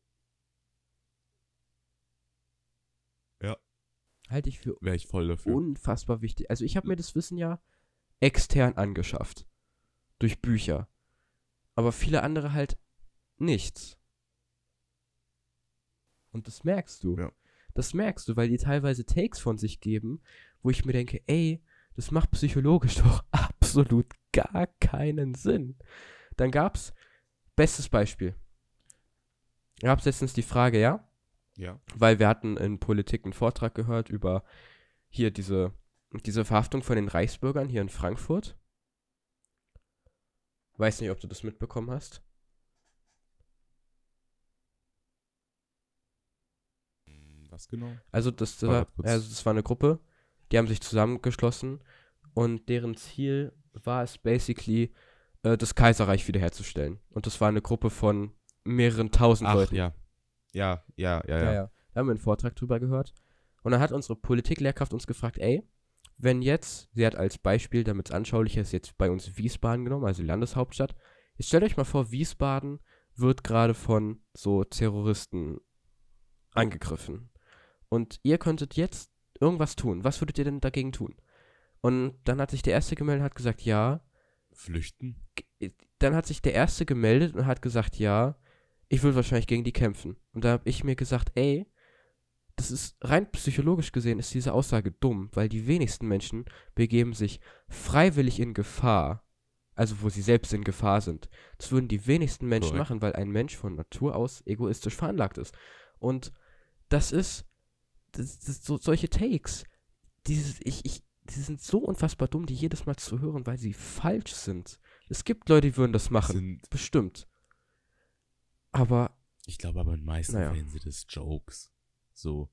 Ja. Halte ich für Wäre ich voll dafür. unfassbar wichtig. Also ich habe mir das Wissen ja extern angeschafft. Durch Bücher. Aber viele andere halt nichts. Und das merkst du. Ja. Das merkst du, weil die teilweise Takes von sich geben, wo ich mir denke, ey, das macht psychologisch doch absolut gar keinen Sinn. Dann gab's, bestes Beispiel, gab's letztens die Frage, ja, Ja. weil wir hatten in Politik einen Vortrag gehört über hier diese, diese Verhaftung von den Reichsbürgern hier in Frankfurt. Weiß nicht, ob du das mitbekommen hast. Was genau? Also das, Warte war, kurz. also das war eine Gruppe, die haben sich zusammengeschlossen und deren Ziel war es basically, äh, das Kaiserreich wiederherzustellen. Und das war eine Gruppe von mehreren tausend Ach, Leuten. ja. Ja, ja, ja, Ja, ja. ja. Da haben wir einen Vortrag drüber gehört. Und dann hat unsere Politiklehrkraft uns gefragt, ey, wenn jetzt, sie hat als Beispiel, damit es anschaulicher ist, jetzt bei uns Wiesbaden genommen, also die Landeshauptstadt. Jetzt stellt euch mal vor, Wiesbaden wird gerade von so Terroristen angegriffen. Und ihr könntet jetzt irgendwas tun. Was würdet ihr denn dagegen tun? Und dann hat sich der Erste gemeldet und hat gesagt, ja. Flüchten? G- Dann hat sich der Erste gemeldet und hat gesagt, ja, ich würde wahrscheinlich gegen die kämpfen. Und da habe ich mir gesagt, ey, das ist rein psychologisch gesehen, ist diese Aussage dumm, weil die wenigsten Menschen begeben sich freiwillig in Gefahr, also wo sie selbst in Gefahr sind. Das würden die wenigsten Menschen Korrekt. machen, weil ein Mensch von Natur aus egoistisch veranlagt ist. Und das ist, das, das, so, solche Takes, dieses, ich, ich, die sind so unfassbar dumm, die jedes Mal zu hören, weil sie falsch sind. Es gibt Leute, die würden das machen, Sind, bestimmt. Aber ich glaube aber in den meisten Naja. Fällen sind es Jokes. So.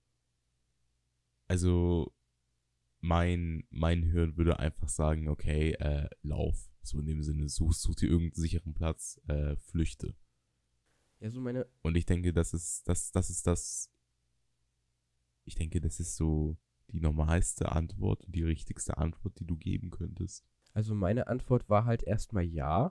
Also, mein, mein Hirn würde einfach sagen, okay, äh, lauf. So in dem Sinne, such, such dir irgendeinen sicheren Platz, äh, flüchte. ja, so meine, Und ich denke, das ist, das, das ist das, ich denke, das ist so die normalste Antwort und die richtigste Antwort, die du geben könntest. also meine Antwort war halt erstmal ja.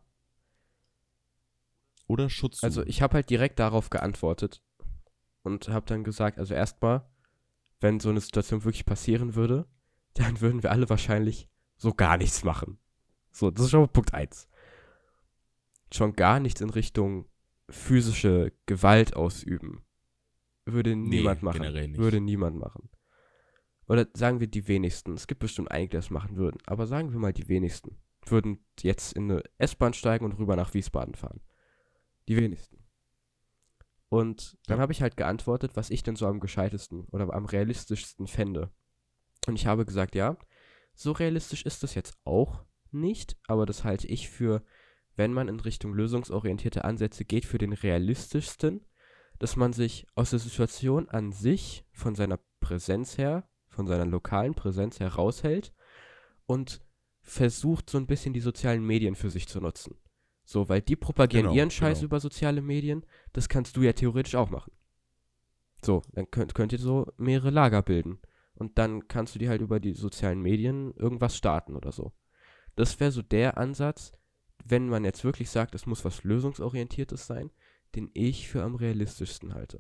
Oder Schutz Also suchen. ich habe halt direkt darauf geantwortet und habe dann gesagt, also erstmal, wenn so eine Situation wirklich passieren würde, dann würden wir alle wahrscheinlich so gar nichts machen. So, das ist schon mal Punkt eins. Schon gar nichts in Richtung physische Gewalt ausüben. Würde Nee, niemand machen. generell nicht. Würde niemand machen. Oder sagen wir die wenigsten. Es gibt bestimmt einige, die das machen würden. Aber sagen wir mal die wenigsten. Würden jetzt in eine S-Bahn steigen und rüber nach Wiesbaden fahren. Die wenigsten. Und dann Ja. habe ich halt geantwortet, was ich denn so am gescheitesten oder am realistischsten fände. Und ich habe gesagt, ja, so realistisch ist das jetzt auch nicht, aber das halte ich für, wenn man in Richtung lösungsorientierte Ansätze geht, für den realistischsten, dass man sich aus der Situation an sich, von seiner Präsenz her, von seiner lokalen Präsenz heraushält und versucht, so ein bisschen die sozialen Medien für sich zu nutzen. So, weil die propagieren Genau, ihren Scheiß genau. über soziale Medien, das kannst du ja theoretisch auch machen. So, dann könnt, könnt ihr so mehrere Lager bilden. Und dann kannst du dir halt über die sozialen Medien irgendwas starten oder so. Das wäre so der Ansatz, wenn man jetzt wirklich sagt, es muss was Lösungsorientiertes sein, den ich für am realistischsten halte.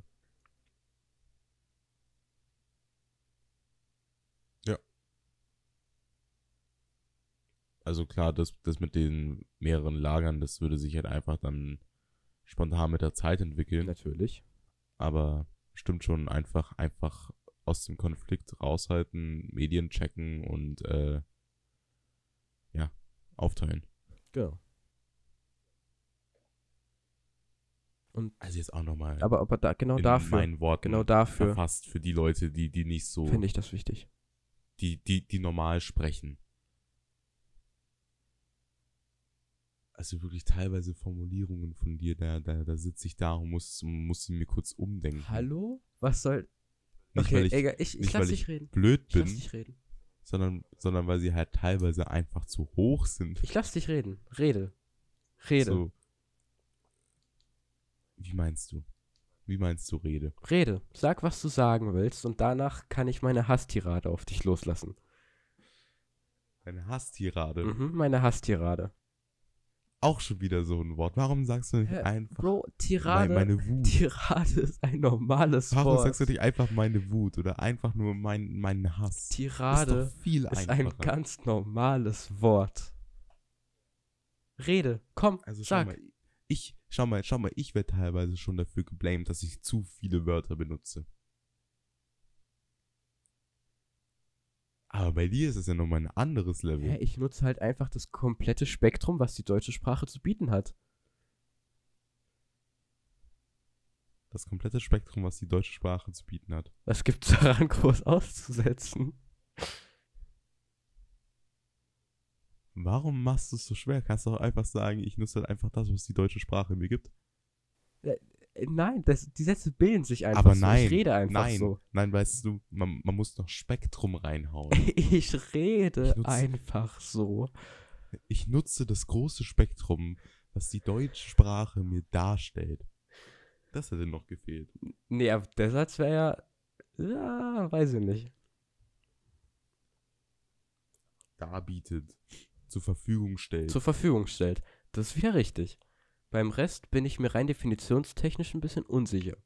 Also klar, das, das mit den mehreren Lagern, das würde sich halt einfach dann spontan mit der Zeit entwickeln. Natürlich. Aber stimmt schon, einfach, einfach aus dem Konflikt raushalten, Medien checken und äh, ja, aufteilen. Genau. Und Also jetzt auch nochmal aber, aber da, genau in dafür, meinen Worten genau dafür verfasst für die Leute, die, die nicht so, finde ich das wichtig. die, die, die normal sprechen. Also wirklich teilweise Formulierungen von dir, da, da, da sitze ich da und muss, muss sie mir kurz umdenken. Hallo? Was soll... Nicht, Okay, weil ich, egal, ich, ich nicht, lass weil dich ich reden. blöd Ich lass bin, dich reden. sondern, sondern weil sie halt teilweise einfach zu hoch sind. Ich lass dich reden. Rede. Rede. So. Wie meinst du? Wie meinst du Rede? Rede. Sag, was du sagen willst und danach kann ich meine Hasstirade auf dich loslassen. Eine Hasstirade. Mhm, meine Hasstirade. Auch schon wieder so ein Wort. Warum sagst du nicht Hä, einfach Bro, mein, Tirade, meine Wut? Tirade ist ein normales Warum Wort. sagst du nicht einfach meine Wut oder einfach nur mein, meinen Hass? Tirade ist doch viel ist einfacher. ein ganz normales Wort. Rede, komm, Also schau sag. mal, ich, schau mal, schau mal, ich werde teilweise schon dafür geblamed, dass ich zu viele Wörter benutze. Aber bei dir ist es ja nochmal ein anderes Level. Hä, ich nutze halt einfach das komplette Spektrum, was die deutsche Sprache zu bieten hat. Das komplette Spektrum, was die deutsche Sprache zu bieten hat. Was gibt's daran groß auszusetzen? Warum machst du es so schwer? Kannst du auch einfach sagen, ich nutze halt einfach das, was die deutsche Sprache mir gibt. Äh, Nein, das, die Sätze bilden sich einfach Aber so. nein, Ich rede einfach nein, so. nein, weißt du, man, man muss noch Spektrum reinhauen. Ich rede Ich nutze- einfach so. Ich nutze das große Spektrum, was die deutsche Sprache mir darstellt. Das hätte noch gefehlt. Nee, aber der Satz wäre ja, ja, weiß ich nicht. Darbietet, zur Verfügung stellt. Zur Verfügung stellt. Das wäre richtig. Beim Rest bin ich mir rein definitionstechnisch ein bisschen unsicher.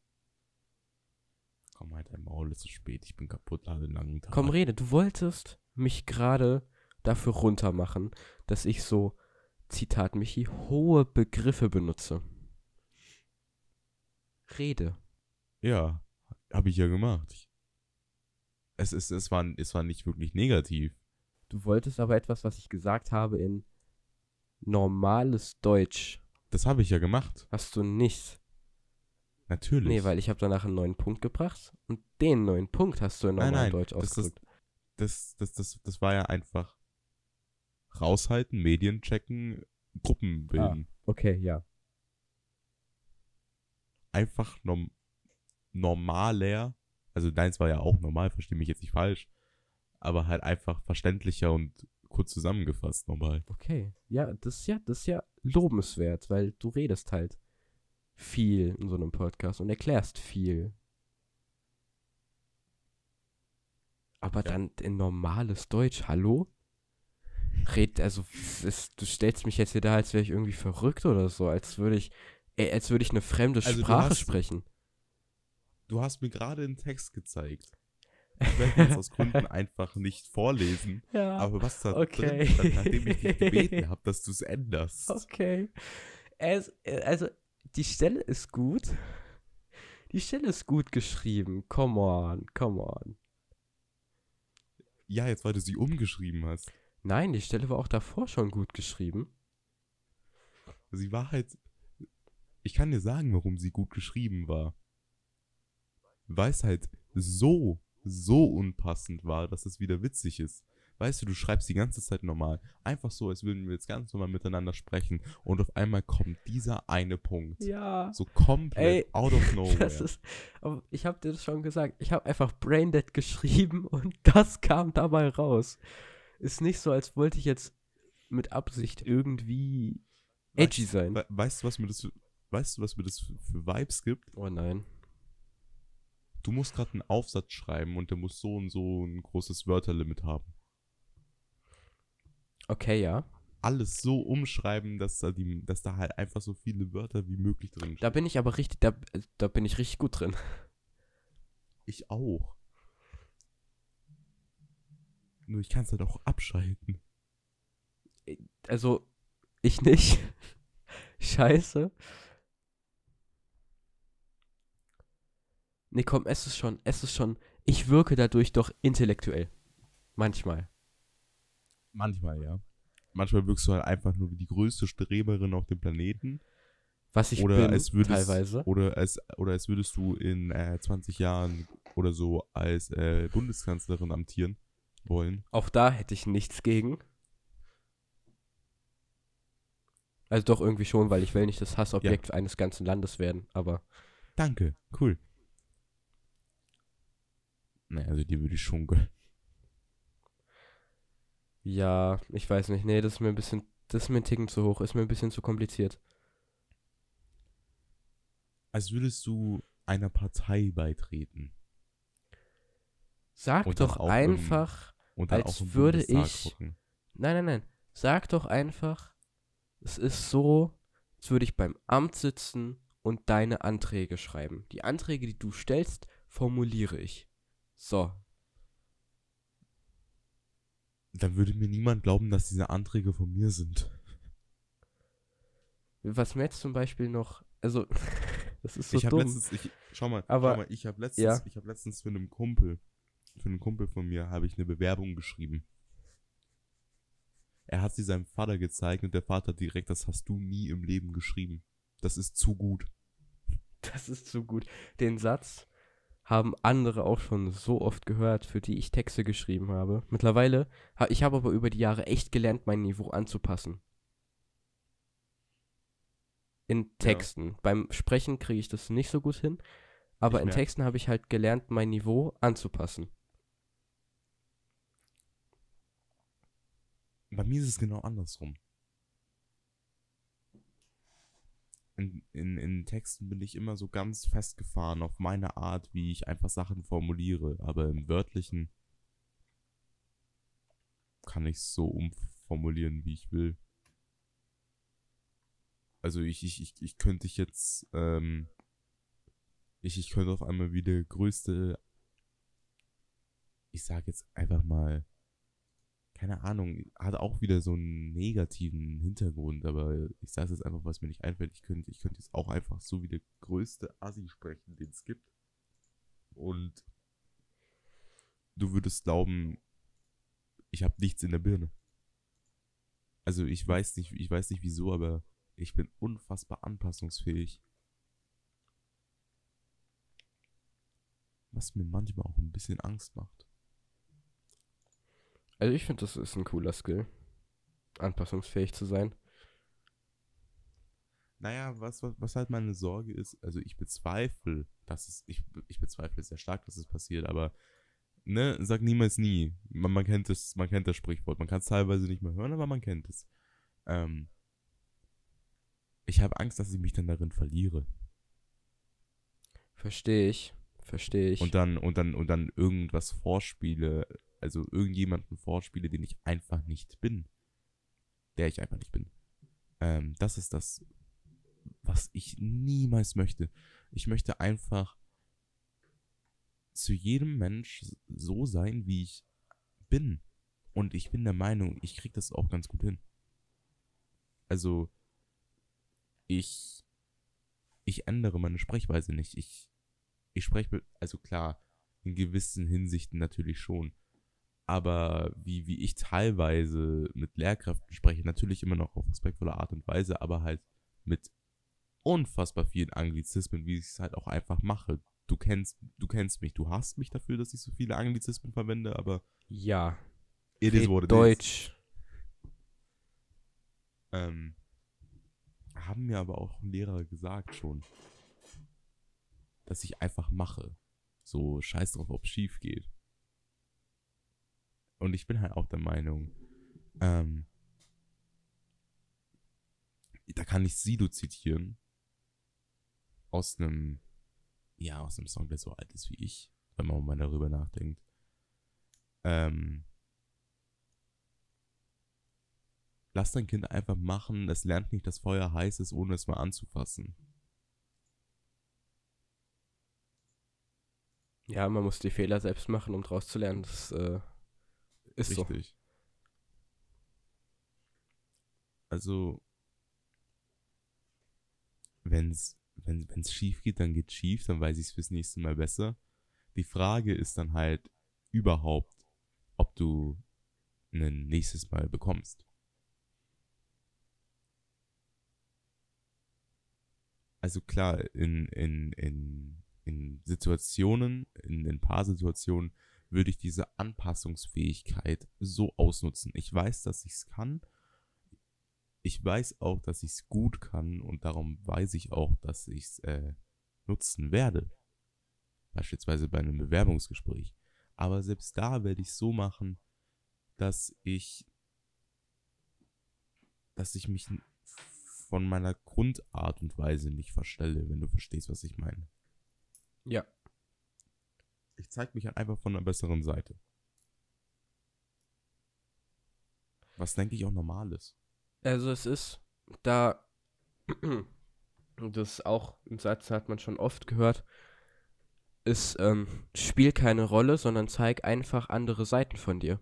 Komm halt, dein Maul ist zu spät, ich bin kaputt, alle langen Tag. Komm, rede, du wolltest mich gerade dafür runtermachen, dass ich so, Zitat Michi, hohe Begriffe benutze. Rede. Ja, habe ich ja gemacht. Ich, es, ist, es, war, es war nicht wirklich negativ. Du wolltest aber etwas, was ich gesagt habe, in normales Deutsch. Das habe ich ja gemacht. Hast du nicht. Natürlich. Nee, weil ich habe danach einen neuen Punkt gebracht und den neuen Punkt hast du in Nein, normalem nein, Deutsch das ist- ausgedrückt. das, das, das, das war ja einfach raushalten, Medien checken, Gruppen bilden. Okay, ja. Einfach norm normaler, also deins war ja auch normal, verstehe mich jetzt nicht falsch, aber halt einfach verständlicher und kurz zusammengefasst normal. Okay. Ja, das ist ja, das ist ja lobenswert, weil du redest halt viel in so einem Podcast und erklärst viel. Aber Ja. dann in normales Deutsch, hallo? Red, also, es ist, du stellst mich jetzt hier da, als wäre ich irgendwie verrückt oder so, als würde ich, äh, als würde ich eine fremde Also du Sprache hast- sprechen. Du hast mir gerade einen Text gezeigt. Ich werde jetzt aus Gründen einfach nicht vorlesen, Ja. aber was da Okay. drin stand, nachdem ich dich gebeten habe, dass du es änderst. Okay. Es, äh, also, die Stelle ist gut. Die Stelle ist gut geschrieben. Come on, come on. Ja, jetzt weil du sie umgeschrieben hast. Nein, die Stelle war auch davor schon gut geschrieben. Sie war halt. Ich kann dir sagen, warum sie gut geschrieben war. Weil es halt so, so unpassend war, dass es wieder witzig ist. Weißt du, du schreibst die ganze Zeit normal. Einfach so, als würden wir jetzt ganz normal miteinander sprechen. Und auf einmal kommt dieser eine Punkt. Ja. So komplett Ey, out of nowhere. Das ist, aber ich habe dir das schon gesagt. Ich habe einfach Braindead geschrieben und das kam dabei raus. Ist nicht so, als wollte ich jetzt mit Absicht irgendwie edgy weißt, sein. we- weißt du, was mir das für, weißt du, was mir das für, für Vibes gibt? Oh nein. Du musst gerade einen Aufsatz schreiben und der muss so und so ein großes Wörterlimit haben. Okay, ja. Alles so umschreiben, dass da, die, dass da halt einfach so viele Wörter wie möglich drin Da stehen. bin ich aber richtig, da, da bin ich richtig gut drin. Ich auch. Nur ich kann es halt auch abschalten. Also, ich nicht. Scheiße. Nee, komm, es ist schon, es ist schon. Ich wirke dadurch doch intellektuell. Manchmal. Manchmal, ja. Manchmal wirkst du halt einfach nur wie die größte Streberin auf dem Planeten. Was ich Oder bin, als würdest, teilweise. Oder als, oder als würdest du in äh, zwanzig Jahren oder so als äh, Bundeskanzlerin amtieren wollen. Auch da hätte ich nichts gegen. Also doch irgendwie schon, weil ich will nicht das Hassobjekt eines ganzen Landes werden, aber Danke, cool. Naja, also die würde ich schon gönnen. ja, ich weiß nicht. Nee, das ist mir ein bisschen, das ist mir ein Ticken zu hoch, ist mir ein bisschen zu kompliziert. Als würdest du einer Partei beitreten. Sag Und dann doch auch einfach, Und dann als auch im würde Bundestag ich- hocken. nein, nein, nein, sag doch einfach, es ist so, als würde ich beim Amt sitzen und deine Anträge schreiben. Die Anträge, die du stellst, formuliere ich. So. Dann würde mir niemand glauben, dass diese Anträge von mir sind. Was mir jetzt zum Beispiel noch, also, das ist so ich habe dumm. letztens, ich, schau mal, Aber- schau mal, ich habe letztens, ja. ich habe letztens für einen Kumpel, für einen Kumpel von mir, habe ich eine Bewerbung geschrieben. Er hat sie seinem Vater gezeigt und der Vater direkt, das hast du nie im Leben geschrieben. Das ist zu gut. Das ist so gut. Den Satz haben andere auch schon so oft gehört, für die ich Texte geschrieben habe. Mittlerweile, ha- ich habe aber über die Jahre echt gelernt, mein Niveau anzupassen. In Texten. Beim Sprechen kriege ich das nicht so gut hin, aber Ich in merk- Texten habe ich halt gelernt, mein Niveau anzupassen. Bei mir ist es genau andersrum. In, in, in Texten bin ich immer so ganz festgefahren auf meine Art, wie ich einfach Sachen formuliere. Aber im Wörtlichen kann ich es so umformulieren, wie ich will. Also ich, ich, ich, ich könnte ich jetzt, ähm, ich, ich könnte auf einmal wie der größte, ich sag jetzt einfach mal, keine Ahnung, hat auch wieder so einen negativen Hintergrund, aber ich sage jetzt einfach, was mir nicht einfällt. Ich könnte, ich könnte jetzt auch einfach so wie der größte Assi sprechen, den es gibt. Und du würdest glauben, ich habe nichts in der Birne. Also ich weiß nicht, ich weiß nicht wieso, aber ich bin unfassbar anpassungsfähig. Was mir manchmal auch ein bisschen Angst macht. Also ich finde, das ist ein cooler Skill, anpassungsfähig zu sein. Naja, was, was, was halt meine Sorge ist, also ich bezweifle, dass es, ich, ich bezweifle sehr stark, dass es passiert, aber, ne, sag niemals nie. Man, man kennt das, man kennt das Sprichwort. Man kann es teilweise nicht mehr hören, aber man kennt es. Ähm, ich habe Angst, dass ich mich dann darin verliere. Verstehe ich, verstehe ich. Und dann, und dann, und dann irgendwas vorspiele, also irgendjemanden vorspiele, den ich einfach nicht bin. Der ich einfach nicht bin. Ähm, das ist das, was ich niemals möchte. Ich möchte einfach zu jedem Mensch so sein, wie ich bin. Und ich bin der Meinung, ich krieg das auch ganz gut hin. Also, ich, ich ändere meine Sprechweise nicht. Ich, ich spreche, also klar, in gewissen Hinsichten natürlich schon. Aber wie, wie ich teilweise mit Lehrkräften spreche, natürlich immer noch auf respektvolle Art und Weise, aber halt mit unfassbar vielen Anglizismen, wie ich es halt auch einfach mache. Du kennst, du kennst mich, du hasst mich dafür, dass ich so viele Anglizismen verwende, aber Ja, it is red what it is. Deutsch. Ähm, haben mir aber auch Lehrer gesagt schon, dass ich einfach mache. So scheiß drauf, ob es schief geht. Und ich bin halt auch der Meinung, ähm, da kann ich Sido zitieren. Aus einem, ja, aus einem Song, der so alt ist wie ich, wenn man mal darüber nachdenkt. Ähm, lass dein Kind einfach machen, es lernt nicht, dass Feuer heiß ist, ohne es mal anzufassen. Ja, man muss die Fehler selbst machen, um draus zu lernen. Das äh, ist so. Richtig. Also, wenn's, wenn es schief geht, dann geht's schief, dann weiß ich es fürs nächste Mal besser. Die Frage ist dann halt überhaupt, ob du ein nächstes Mal bekommst. Also klar, in, in, in, in Situationen, in ein paar Situationen würde ich diese Anpassungsfähigkeit so ausnutzen. Ich weiß, dass ich es kann. Ich weiß auch, dass ich es gut kann und darum weiß ich auch, dass ich es äh, nutzen werde. Beispielsweise bei einem Bewerbungsgespräch. Aber selbst da werde ich es so machen, dass ich, dass ich mich von meiner Grundart und Weise nicht verstelle, wenn du verstehst, was ich meine. Ja. Ich zeige mich halt einfach von einer besseren Seite. Was denke ich auch normal ist. Also es ist da, das auch im Satz hat man schon oft gehört, ist, ähm, spiel keine Rolle, sondern zeig einfach andere Seiten von dir.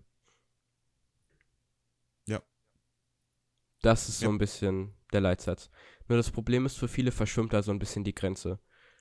Ja. Das ist so Ja. ein bisschen der Leitsatz. Nur das Problem ist, für viele verschwimmt da so ein bisschen die Grenze.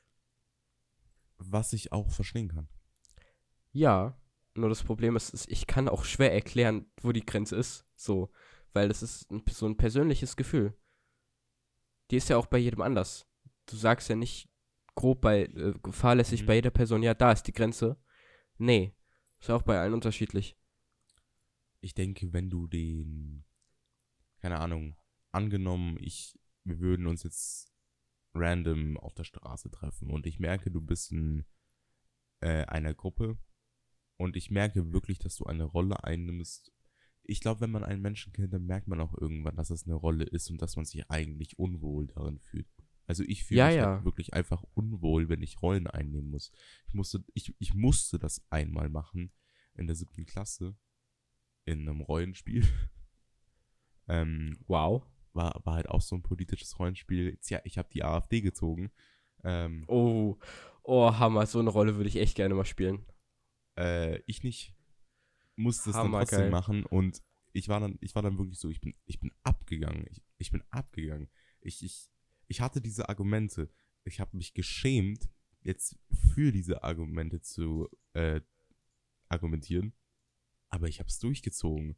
Was ich auch verstehen kann. Ja, nur das Problem ist, ist, ich kann auch schwer erklären, wo die Grenze ist. So, weil das ist ein, so ein persönliches Gefühl. Die ist ja auch bei jedem anders. Du sagst ja nicht grob bei, äh, fahrlässig Mhm. bei jeder Person, ja, da ist die Grenze. Nee, ist ja auch bei allen unterschiedlich. Ich denke, wenn du den, keine Ahnung, angenommen, ich, wir würden uns jetzt random auf der Straße treffen und ich merke, du bist in äh, einer Gruppe und ich merke wirklich, dass du eine Rolle einnimmst. Ich glaube, wenn man einen Menschen kennt, dann merkt man auch irgendwann, dass es eine Rolle ist und dass man sich eigentlich unwohl darin fühlt. Also ich fühle Ja, mich ja. halt wirklich einfach unwohl, wenn ich Rollen einnehmen muss. Ich musste, ich, ich musste das einmal machen in der siebten Klasse in einem Rollenspiel. ähm, Wow. war, war halt auch so ein politisches Rollenspiel. Tja, ich habe die AfD gezogen. Ähm, Oh, oh, Hammer, so eine Rolle würde ich echt gerne mal spielen. äh, ich nicht. Musste es dann Hammergeil. trotzdem machen und ich war dann, ich war dann wirklich so, ich bin, ich bin abgegangen. Ich, ich bin abgegangen. Ich, ich, ich hatte diese Argumente. Ich habe mich geschämt, jetzt für diese Argumente zu äh, argumentieren. Aber ich habe es durchgezogen.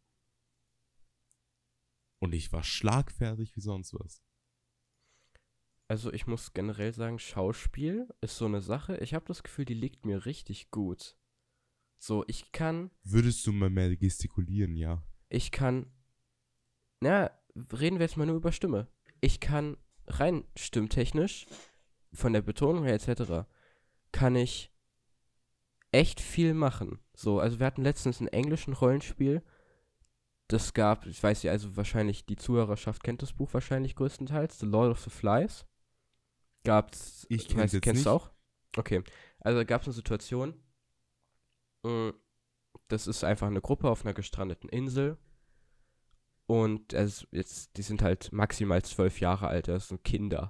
Und ich war schlagfertig wie sonst was. Also ich muss generell sagen, Schauspiel ist so eine Sache. Ich habe das Gefühl, die liegt mir richtig gut. So, ich kann, Würdest du mal mehr gestikulieren, ja? ich kann, na, reden wir jetzt mal nur über Stimme. Ich kann rein stimmtechnisch, von der Betonung her et cetera, kann ich echt viel machen. So, also wir hatten letztens ein englischen Rollenspiel. Das gab, ich weiß ja, also wahrscheinlich die Zuhörerschaft kennt das Buch wahrscheinlich größtenteils, The Lord of the Flies. Gab's, Ich kenn's weißt, jetzt kennst du nicht. auch? Okay, also gab es eine Situation, mh, das ist einfach eine Gruppe auf einer gestrandeten Insel und es, jetzt, die sind halt maximal zwölf Jahre alt, das sind Kinder.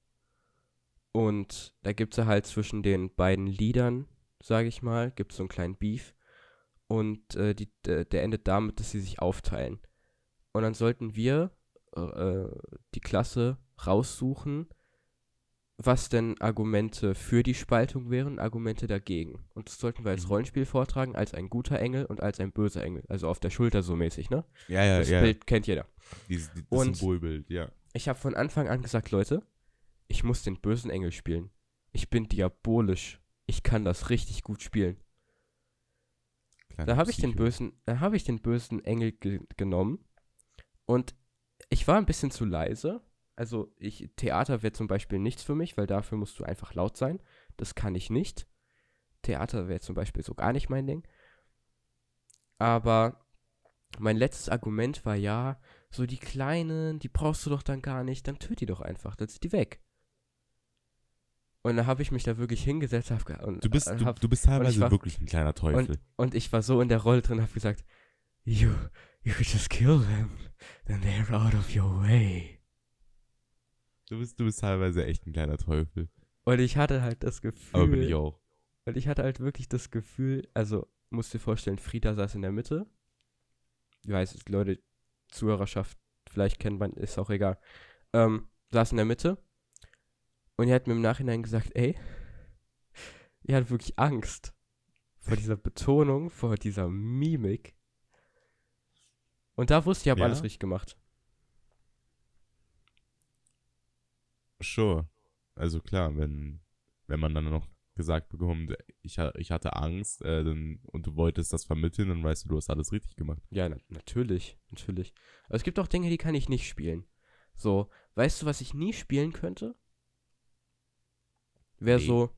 Und da gibt es halt zwischen den beiden Liedern, sage ich mal, gibt es so einen kleinen Beef. Und äh, die, der, der endet damit, dass sie sich aufteilen. Und dann sollten wir, äh, die Klasse, raussuchen, was denn Argumente für die Spaltung wären, Argumente dagegen. Und das sollten wir als Mhm. Rollenspiel vortragen, als ein guter Engel und als ein böser Engel. Also auf der Schulter so mäßig, ne? Ja, ja, Das ja. Bild kennt jeder. Dieses, das Und- Symbolbild, ja. Ich habe von Anfang an gesagt, Leute, ich muss den bösen Engel spielen. Ich bin diabolisch. Ich kann das richtig gut spielen. Kleiner Da habe ich den Psycho. bösen, da habe ich den bösen Engel ge genommen und ich war ein bisschen zu leise. Also ich, Theater wäre zum Beispiel nichts für mich, weil dafür musst du einfach laut sein. Das kann ich nicht. Theater wäre zum Beispiel so gar nicht mein Ding. Aber mein letztes Argument war ja, So die kleinen, die brauchst du doch dann gar nicht, dann töt die doch einfach, dann sind die weg. Und dann habe ich mich da wirklich hingesetzt hab, ge- und, Du bist, äh, du, hab, du bist teilweise war- wirklich ein kleiner Teufel. und ich war so in der Rolle drin, habe gesagt, you, you could just kill them, then they're out of your way. Du bist, du bist teilweise echt ein kleiner Teufel. Und ich hatte halt das Gefühl, Aber bin ich auch. und ich hatte halt wirklich das Gefühl, also musst dir vorstellen, Frieda saß in der Mitte. Ich weiß, es- Leute, Zuhörerschaft, vielleicht kennt man, ist auch egal. Ähm, saß in der Mitte und er hat mir im Nachhinein gesagt, ey, er hat wirklich Angst vor dieser Betonung, vor dieser Mimik. Und da wusste ich, ich habe Ja? alles richtig gemacht. Sure. Also klar, wenn, wenn man dann noch gesagt bekommt, ich, ha- ich hatte Angst äh, dann, und du wolltest das vermitteln, dann weißt du, du hast alles richtig gemacht. Ja, na, natürlich, natürlich. Aber es gibt auch Dinge, die kann ich nicht spielen. So, weißt du, was ich nie spielen könnte? Wäre Nee. so,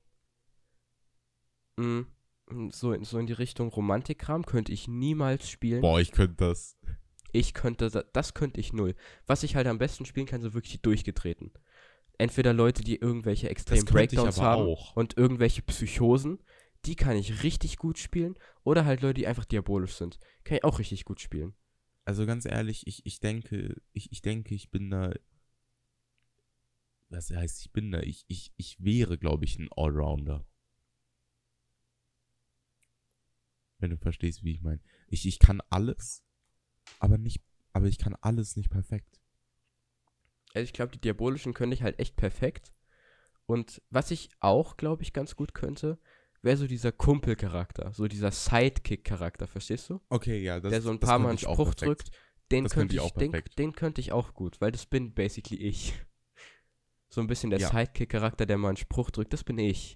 mh, so, in- so in die Richtung Romantikkram könnte ich niemals spielen. Boah, ich könnte das. Ich könnte, da- das könnte ich null. Was ich halt am besten spielen kann, sind wirklich die durchgetreten. Entweder Leute, die irgendwelche extremen könnte ich Breakdowns aber haben auch. und irgendwelche Psychosen, die kann ich richtig gut spielen. Oder halt Leute, die einfach diabolisch sind. Kann ich auch richtig gut spielen. Also ganz ehrlich, ich, ich denke, ich, ich denke, ich bin da. Was heißt, ich bin da? Ich, ich, ich wäre, glaube ich, ein Allrounder. Wenn du verstehst, wie ich meine. Ich, ich kann alles, aber nicht, aber ich kann alles nicht perfekt. Also ich glaube, die diabolischen könnte ich halt echt perfekt. Und was ich auch, glaube ich, ganz gut könnte, wäre so dieser Kumpelcharakter, so dieser Sidekick-Charakter, verstehst du? Okay, ja, das Der so ein das paar könnte Mal einen ich auch Spruch perfekt. drückt, den Das könnte könnte ich ich, auch den, perfekt. den könnte ich auch gut, weil das bin basically ich. So ein bisschen der Ja. Sidekick-Charakter, der mal einen Spruch drückt, das bin ich.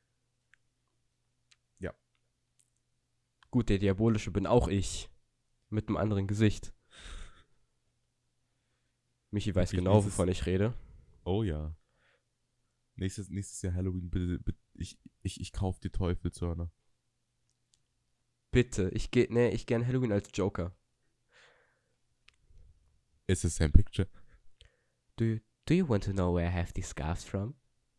Ja. Gut, der Diabolische bin auch ich. Mit einem anderen Gesicht. Michi weiß Okay, genau, nächstes- wovon ich rede. Oh ja. Nächstes, nächstes Jahr Halloween, bitte, bitte ich, ich, ich kauf dir Teufelshörner. Bitte, ich gehe, nee, ich gern Halloween als Joker. It's the same picture. Do you, do you want to know where I have these scarves from?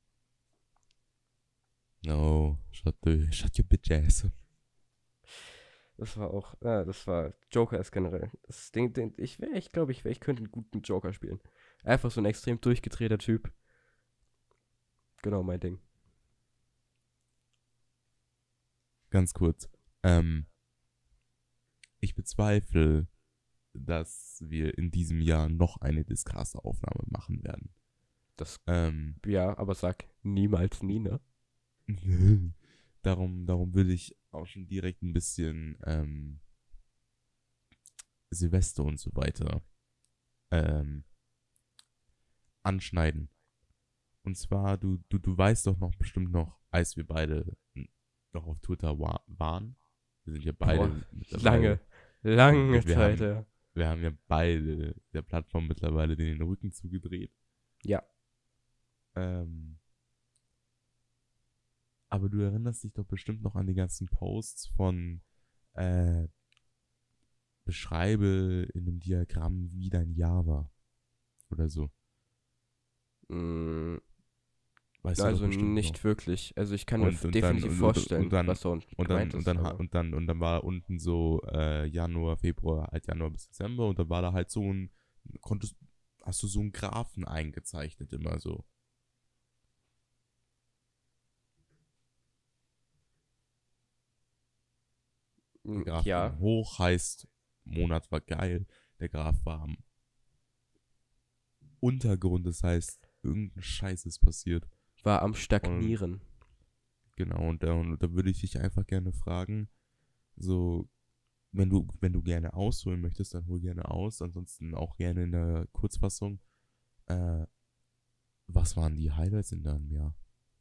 No, shut, the, shut your bitch ass. Das war auch, ja, das war, Joker ist generell, das Ding, den, ich wäre, ich glaube, ich, wär, ich könnte einen guten Joker spielen. Einfach so ein extrem durchgedrehter Typ. Genau mein Ding. Ganz kurz. Ähm, ich bezweifle, dass wir in diesem Jahr noch eine Discaster-Aufnahme machen werden. Das, Ähm, ja, aber sag niemals nie, ne? darum, darum will ich auch schon direkt ein bisschen ähm, Silvester und so weiter ähm, anschneiden. Und zwar, du, du, du weißt doch noch bestimmt noch, als wir beide n- noch auf Twitter wa waren. Wir sind ja beide Boah, mittlerweile- Lange, lange wir Zeit, haben- ja. Wir haben ja beide der Plattform mittlerweile den Rücken zugedreht. Ja. Ähm, aber du erinnerst dich doch bestimmt noch an die ganzen Posts von äh, beschreibe in einem Diagramm, wie dein Jahr war. Oder so. Mm, Weißt du doch also bestimmt nicht noch. wirklich. Also ich kann Und- mir und dann- definitiv und- und- vorstellen, und dann- was da unten Und dann, gemeint und, ist. dann, ha- aber- und, dann, und dann war unten so äh, Januar, Februar, halt Januar bis Dezember und dann war da halt so ein, konntest, hast du so einen Graphen eingezeichnet immer so. Der Mm, Graph ja, ging hoch heißt, Monat war geil. Der Graph war am Untergrund, das heißt, irgendein Scheiß ist passiert. war am Stagnieren. Genau, und da, und da würde ich dich einfach gerne fragen, so, wenn du, wenn du gerne ausholen möchtest, dann hol gerne aus, ansonsten auch gerne in der Kurzfassung. Äh, was waren die Highlights in deinem Jahr?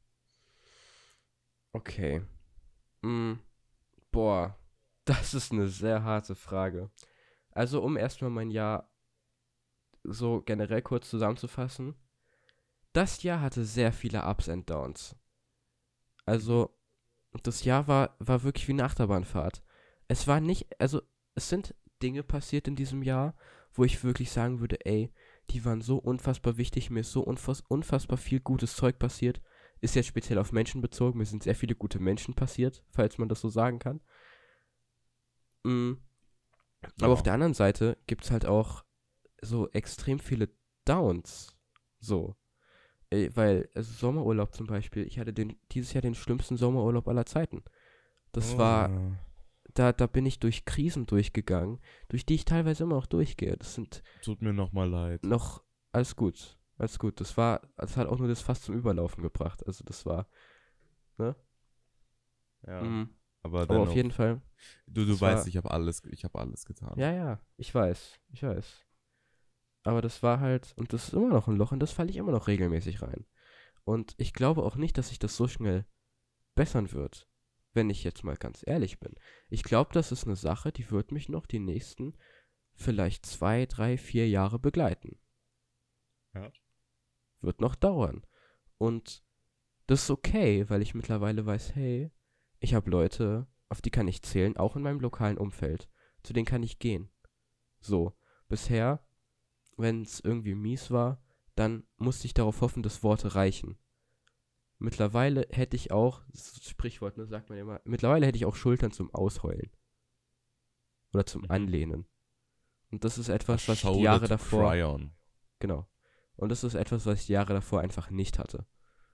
Okay. Mm, boah, das ist eine sehr harte Frage. Also, um erstmal mein Jahr so generell kurz zusammenzufassen. Das Jahr hatte sehr viele Ups and Downs. Also, das Jahr war, war wirklich wie eine Achterbahnfahrt. Es war nicht, also, es sind Dinge passiert in diesem Jahr, wo ich wirklich sagen würde, ey, die waren so unfassbar wichtig, mir ist so unfass unfassbar viel gutes Zeug passiert. Ist jetzt speziell auf Menschen bezogen, mir sind sehr viele gute Menschen passiert, falls man das so sagen kann. Mm. Aber Ja. auf der anderen Seite gibt es halt auch so extrem viele Downs. So. Äh, Weil, also Sommerurlaub zum Beispiel, ich hatte den, dieses Jahr den schlimmsten Sommerurlaub aller Zeiten. Das Oh. war, da, da bin ich durch Krisen durchgegangen, durch die ich teilweise immer noch durchgehe. Das sind Tut mir nochmal leid. noch, alles gut, alles gut. Das war, das hat auch nur das Fass zum Überlaufen gebracht. Also das war, ne? Ja. Mhm. Aber, Aber dennoch, auf jeden Fall, du, du das weißt, war- ich habe alles, ich habe alles getan. ja, ja, ich weiß, ich weiß. Aber das war halt, und das ist immer noch ein Loch, und das falle ich immer noch regelmäßig rein. Und ich glaube auch nicht, dass sich das so schnell bessern wird, wenn ich jetzt mal ganz ehrlich bin. Ich glaube, das ist eine Sache, die wird mich noch die nächsten vielleicht zwei, drei, vier Jahre begleiten. Ja. Wird noch dauern. Und das ist okay, weil ich mittlerweile weiß, hey, ich habe Leute, auf die kann ich zählen, auch in meinem lokalen Umfeld. Zu denen kann ich gehen. So, bisher, wenn es irgendwie mies war, dann musste ich darauf hoffen, dass Worte reichen. Mittlerweile hätte ich auch, das ist ein Sprichwort, ne, sagt man immer, mittlerweile hätte ich auch Schultern zum Ausheulen. Oder zum Mhm. Anlehnen. Und das ist etwas, was ich die Shoulder Jahre to davor, cry on. genau. Und das ist etwas, was ich die Jahre davor einfach nicht hatte.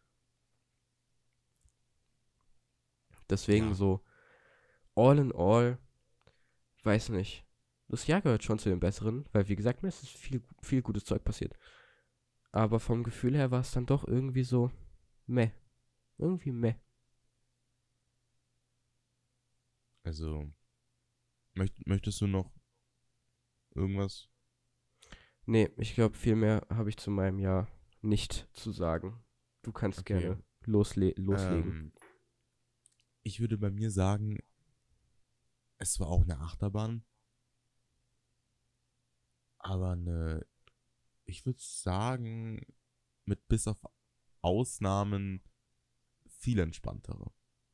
Deswegen Ja. so, all in all, weiß nicht. Das Jahr gehört schon zu den Besseren, weil wie gesagt, mir ist viel, viel gutes Zeug passiert. Aber vom Gefühl her war es dann doch irgendwie so, meh. Irgendwie meh. Also, möcht, möchtest du noch irgendwas? Nee, ich glaube, viel mehr habe ich zu meinem Jahr nicht zu sagen. Du kannst Okay. gerne losle loslegen. Ähm, ich würde bei mir sagen, es war auch eine Achterbahn. Aber eine, ich würde sagen, mit bis auf Ausnahmen viel entspanntere.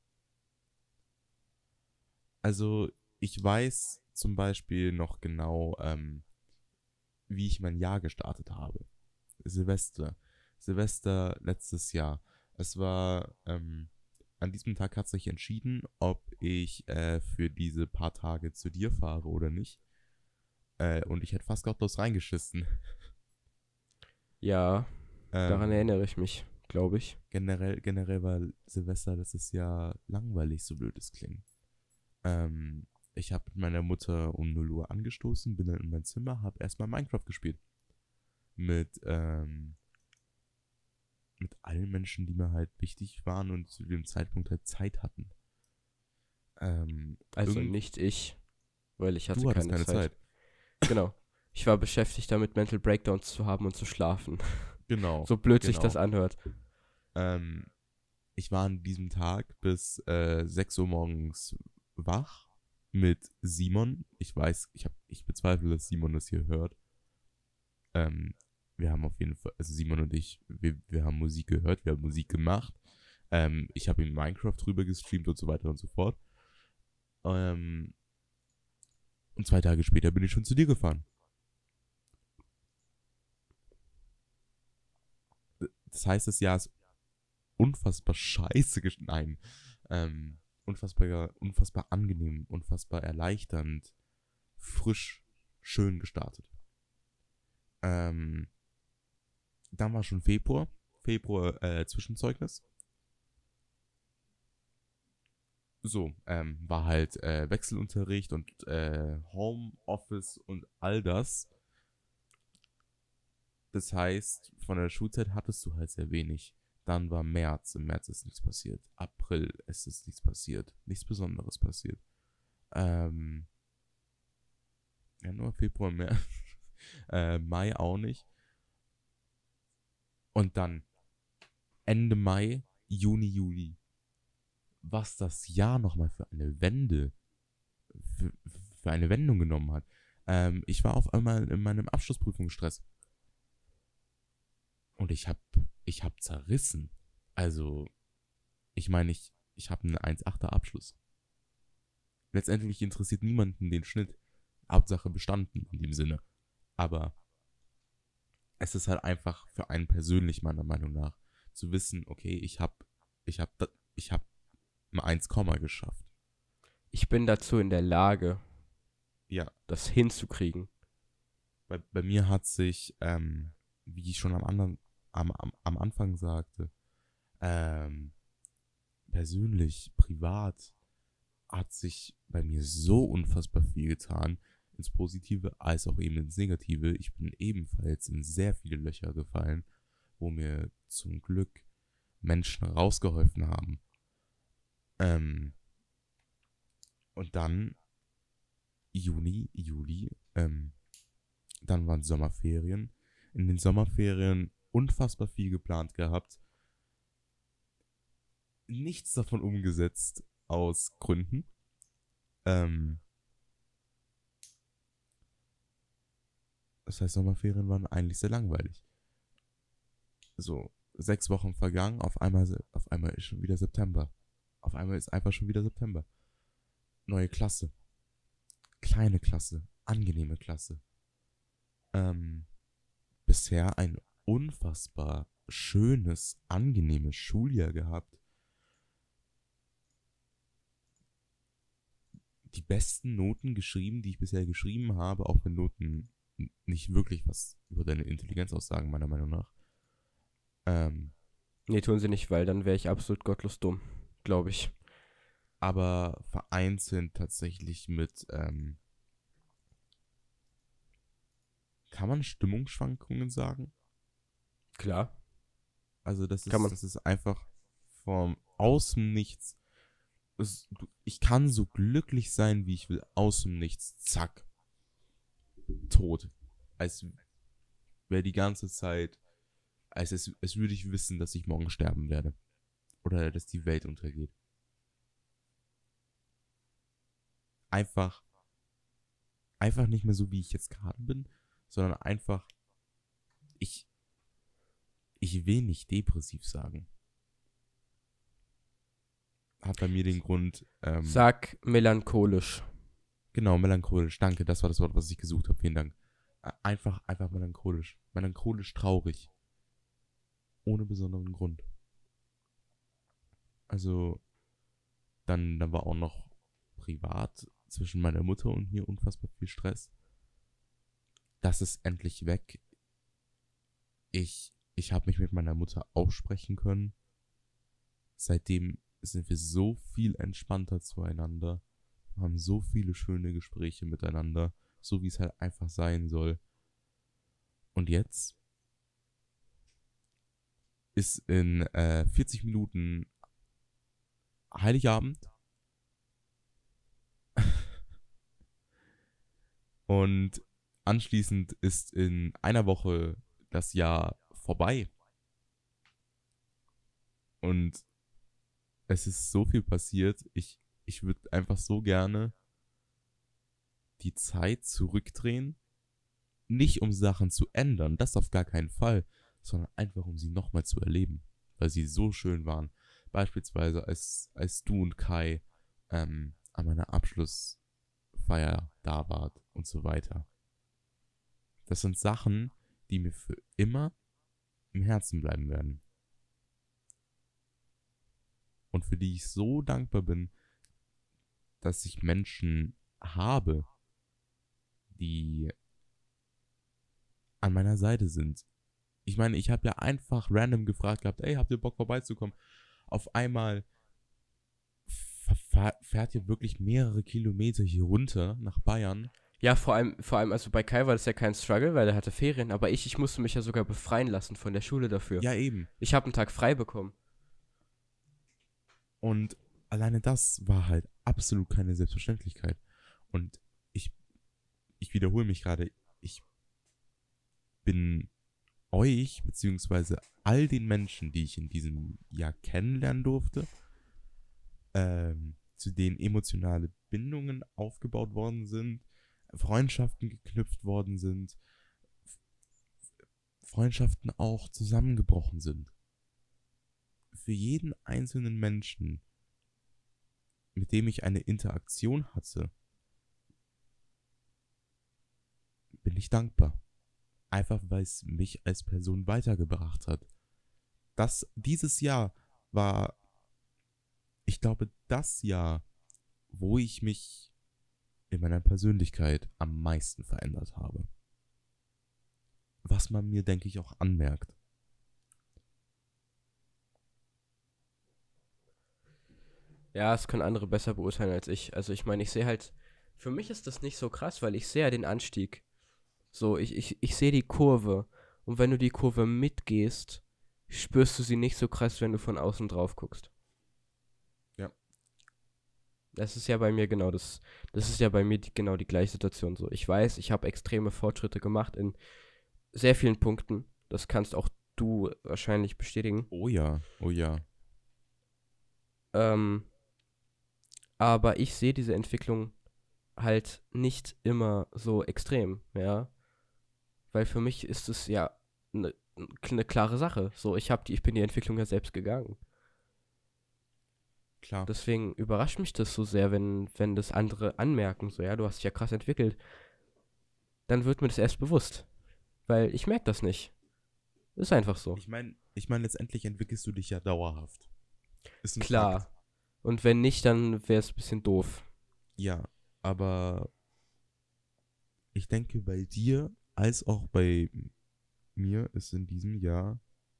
Also, ich weiß zum Beispiel noch genau, ähm, wie ich mein Jahr gestartet habe. Silvester. Silvester letztes Jahr. Es war, ähm, an diesem Tag hat sich entschieden, ob ich äh, für diese paar Tage zu dir fahre oder nicht. Äh, und ich hätte fast gottlos reingeschissen. Ja, daran Ähm, erinnere ich mich, glaube ich. Generell, generell war Silvester letztes Jahr langweilig, so blöd es klingt. Ähm, ich habe mit meiner Mutter um null Uhr angestoßen, bin dann in mein Zimmer, habe erstmal Minecraft gespielt. Mit, ähm, mit allen Menschen, die mir halt wichtig waren und zu dem Zeitpunkt halt Zeit hatten. Ähm, Also irgend- nicht ich, weil ich hatte du hattest keine, keine Zeit. Zeit. Genau. Ich war beschäftigt damit, Mental Breakdowns zu haben und zu schlafen. Genau. So blöd sich genau. das anhört. Ähm, ich war an diesem Tag bis äh, sechs Uhr morgens wach mit Simon. Ich weiß, ich, hab, ich bezweifle, dass Simon das hier hört. Ähm, wir haben auf jeden Fall, also Simon und ich, wir, wir haben Musik gehört, wir haben Musik gemacht. Ähm, ich habe in Minecraft drüber gestreamt und so weiter und so fort. Ähm, und zwei Tage später bin ich schon zu dir gefahren. Das heißt, das Jahr ist unfassbar scheiße, gesch- nein, ähm, unfassbar, unfassbar angenehm, unfassbar erleichternd, frisch, schön gestartet. Ähm, dann war schon Februar, Februar äh, Zwischenzeugnis. So, ähm, war halt äh, Wechselunterricht und äh, Homeoffice und all das. Das heißt, von der Schulzeit hattest du halt sehr wenig. Dann war März, im März ist nichts passiert. April ist es nichts passiert. Nichts Besonderes passiert. Ähm, Januar, Februar, März. äh, Mai auch nicht. Und dann Ende Mai, Juni, Juli. Was das Jahr nochmal für eine Wende, für, für eine Wendung genommen hat. Ähm, ich war auf einmal in meinem Abschlussprüfungsstress. Und ich hab, ich hab zerrissen. Also, ich meine, ich, ich habe einen eins Komma achter Abschluss. Letztendlich interessiert niemanden den Schnitt. Hauptsache bestanden in dem Sinne. Aber es ist halt einfach für einen persönlich, meiner Meinung nach, zu wissen, okay, ich habe ich hab, da- ich hab ein eins Komma geschafft. Ich bin dazu in der Lage, Ja, das hinzukriegen. bei, bei mir hat sich, ähm, wie ich schon am, anderen, am, am, am Anfang sagte, ähm, persönlich, privat, hat sich bei mir so unfassbar viel getan, ins Positive als auch eben ins Negative. Ich bin ebenfalls in sehr viele Löcher gefallen, wo mir zum Glück Menschen rausgeholfen haben. Ähm, und dann Juni, Juli, ähm, dann waren Sommerferien. In den Sommerferien unfassbar viel geplant gehabt. Nichts davon umgesetzt aus Gründen. Ähm, das heißt, Sommerferien waren eigentlich sehr langweilig. So, sechs Wochen vergangen, auf einmal, auf einmal ist schon wieder September. Auf einmal ist einfach schon wieder September. Neue Klasse. Kleine Klasse. Angenehme Klasse. Ähm, bisher ein unfassbar schönes, angenehmes Schuljahr gehabt. Die besten Noten geschrieben, die ich bisher geschrieben habe, auch wenn Noten n- nicht wirklich was über deine Intelligenz aussagen, meiner Meinung nach. Ähm, Nee, tun sie nicht, weil dann wäre ich absolut gottlos dumm, glaube ich. aber vereinzelt tatsächlich mit, ähm, kann man Stimmungsschwankungen sagen? Klar, Also das kann ist, man. das ist einfach vom Außen nichts. Es, du, ich kann so glücklich sein, wie ich will, aus dem Nichts, zack, tot. Als wäre die ganze Zeit, als es, als würde ich wissen, dass ich morgen sterben werde. Oder dass die Welt untergeht. Einfach, einfach nicht mehr so, wie ich jetzt gerade bin, sondern einfach, ich, ich will nicht depressiv sagen. Hat bei mir den Grund, ähm, Sag melancholisch. genau, melancholisch. Danke, das war das Wort, was ich gesucht habe. Vielen Dank. Ä- Einfach, einfach melancholisch. Melancholisch traurig. Ohne besonderen Grund. Also, dann, dann war auch noch privat zwischen meiner Mutter und mir unfassbar viel Stress. Das ist endlich weg. Ich, ich habe mich mit meiner Mutter aussprechen können. Seitdem sind wir so viel entspannter zueinander. Haben so viele schöne Gespräche miteinander. So wie es halt einfach sein soll. Und jetzt ist in äh, vierzig Minuten Heiligabend. Und anschließend ist in einer Woche das Jahr vorbei. Und es ist so viel passiert. Ich, ich würde einfach so gerne die Zeit zurückdrehen. Nicht um Sachen zu ändern, das auf gar keinen Fall, sondern einfach um sie nochmal zu erleben. Weil sie so schön waren. Beispielsweise als, als du und Kai ähm, an meiner Abschlussfeier da wart und so weiter. Das sind Sachen, die mir für immer im Herzen bleiben werden. Und für die ich so dankbar bin, dass ich Menschen habe, die an meiner Seite sind. Ich meine, ich habe ja einfach random gefragt gehabt, ey, habt ihr Bock vorbeizukommen? Auf einmal fährt ihr wirklich mehrere Kilometer hier runter nach Bayern. Ja, vor allem, vor allem, also bei Kai war das ja kein Struggle, weil er hatte Ferien, aber ich, ich musste mich ja sogar befreien lassen von der Schule dafür. Ja, eben. Ich habe einen Tag frei bekommen. Und alleine das war halt absolut keine Selbstverständlichkeit. Und ich, ich wiederhole mich gerade, ich bin euch, beziehungsweise all den Menschen, die ich in diesem Jahr kennenlernen durfte, ähm, zu denen emotionale Bindungen aufgebaut worden sind, Freundschaften geknüpft worden sind, Freundschaften auch zusammengebrochen sind. Für jeden einzelnen Menschen, mit dem ich eine Interaktion hatte, bin ich dankbar. einfach weil es mich als Person weitergebracht hat. Das, dieses Jahr war, ich glaube, das Jahr, wo ich mich in meiner Persönlichkeit am meisten verändert habe. Was man mir, denke ich, auch anmerkt. Ja, es können andere besser beurteilen als ich. Also ich meine, ich sehe halt, für mich ist das nicht so krass, weil ich sehe ja den Anstieg. So, ich, ich, ich sehe die Kurve. Und wenn du die Kurve mitgehst, spürst du sie nicht so krass, wenn du von außen drauf guckst. Ja. Das ist ja bei mir genau das, das ist ja bei mir die, genau die gleiche Situation so. Ich weiß, ich habe extreme Fortschritte gemacht in sehr vielen Punkten. Das kannst auch du wahrscheinlich bestätigen. Oh ja, oh ja. Ähm, aber ich sehe diese Entwicklung halt nicht immer so extrem, ja. Weil für mich ist es ja eine ne klare Sache. So, ich hab die, ich bin die Entwicklung ja selbst gegangen. Klar. Deswegen überrascht mich das so sehr, wenn, wenn das andere anmerken, so, ja, du hast dich ja krass entwickelt. Dann wird mir das erst bewusst. Weil ich merke das nicht. Ist einfach so. Ich meine, ich mein, letztendlich entwickelst du dich ja dauerhaft. Ist ein Klar. Fakt. Und wenn nicht, dann wäre es ein bisschen doof. Ja, aber ich denke, bei dir als auch bei mir ist in diesem Jahr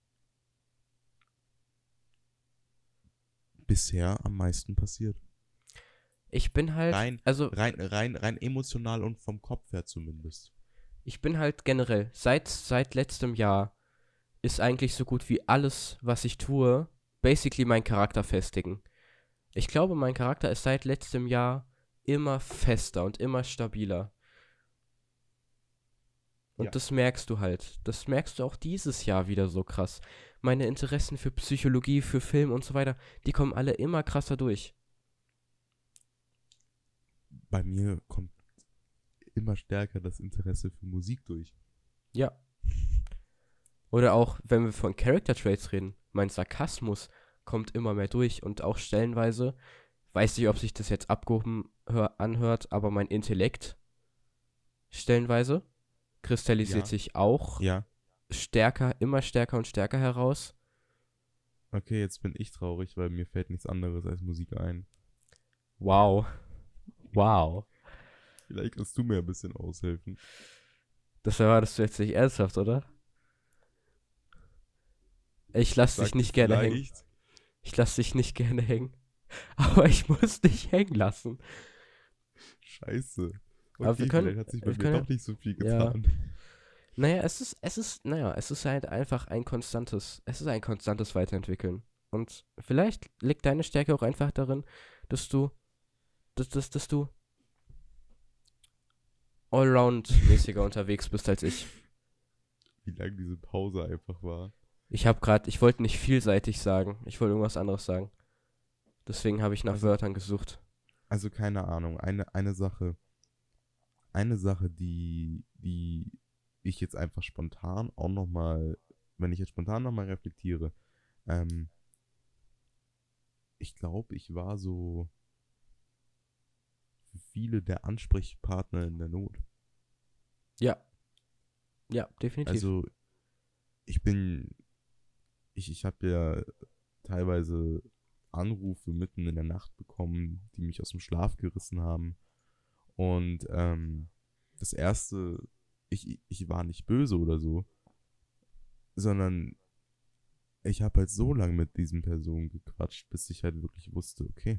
bisher am meisten passiert. Ich bin halt, Rein, also rein, rein, rein emotional und vom Kopf her zumindest. ich bin halt generell, seit, seit letztem Jahr ist eigentlich so gut wie alles, was ich tue, basically mein Charakter festigen. Ich glaube, mein Charakter ist seit letztem Jahr immer fester und immer stabiler. Und Ja. das merkst du halt. Das merkst du auch dieses Jahr wieder so krass. Meine Interessen für Psychologie, für Film und so weiter, die kommen alle immer krasser durch. Bei mir kommt immer stärker das Interesse für Musik durch. Ja. Oder auch, wenn wir von Character Traits reden, mein Sarkasmus kommt immer mehr durch und auch stellenweise, weiß nicht, ob sich das jetzt abgehoben hör, anhört, aber mein Intellekt stellenweise kristallisiert Ja. sich auch Ja. stärker, immer stärker und stärker heraus. Okay, jetzt bin ich traurig, weil mir fällt nichts anderes als Musik ein. Wow. Wow. Vielleicht kannst du mir ein bisschen aushelfen. Das war das jetzt nicht ernsthaft, oder? Ich lass dich Sag nicht ich gerne hängen. vielleicht? Ich lass dich nicht gerne hängen. Aber ich muss dich hängen lassen. Scheiße. Okay, Aber wir können- vielleicht hat sich bei wir mir können- doch nicht so viel ja. getan. Naja, es ist, es ist, naja, es ist halt einfach ein konstantes, es ist ein konstantes Weiterentwickeln. Und vielleicht liegt deine Stärke auch einfach darin, dass du, dass, dass, dass du allround-mäßiger unterwegs bist als ich. Wie lang diese Pause einfach war. Ich habe gerade, ich wollte nicht vielseitig sagen, ich wollte irgendwas anderes sagen. Deswegen habe ich nach Also- Wörtern gesucht. Also keine Ahnung, eine, eine Sache, eine Sache, die, die ich jetzt einfach spontan auch nochmal, wenn ich jetzt spontan nochmal reflektiere, ähm, ich glaube, ich war so für viele der Ansprechpartner in der Not. Ja. Ja, definitiv. Also ich bin, ich, ich habe ja teilweise Anrufe mitten in der Nacht bekommen, die mich aus dem Schlaf gerissen haben. Und ähm, das erste, ich, ich war nicht böse oder so, sondern ich habe halt so lange mit diesen Personen gequatscht, bis ich halt wirklich wusste, okay,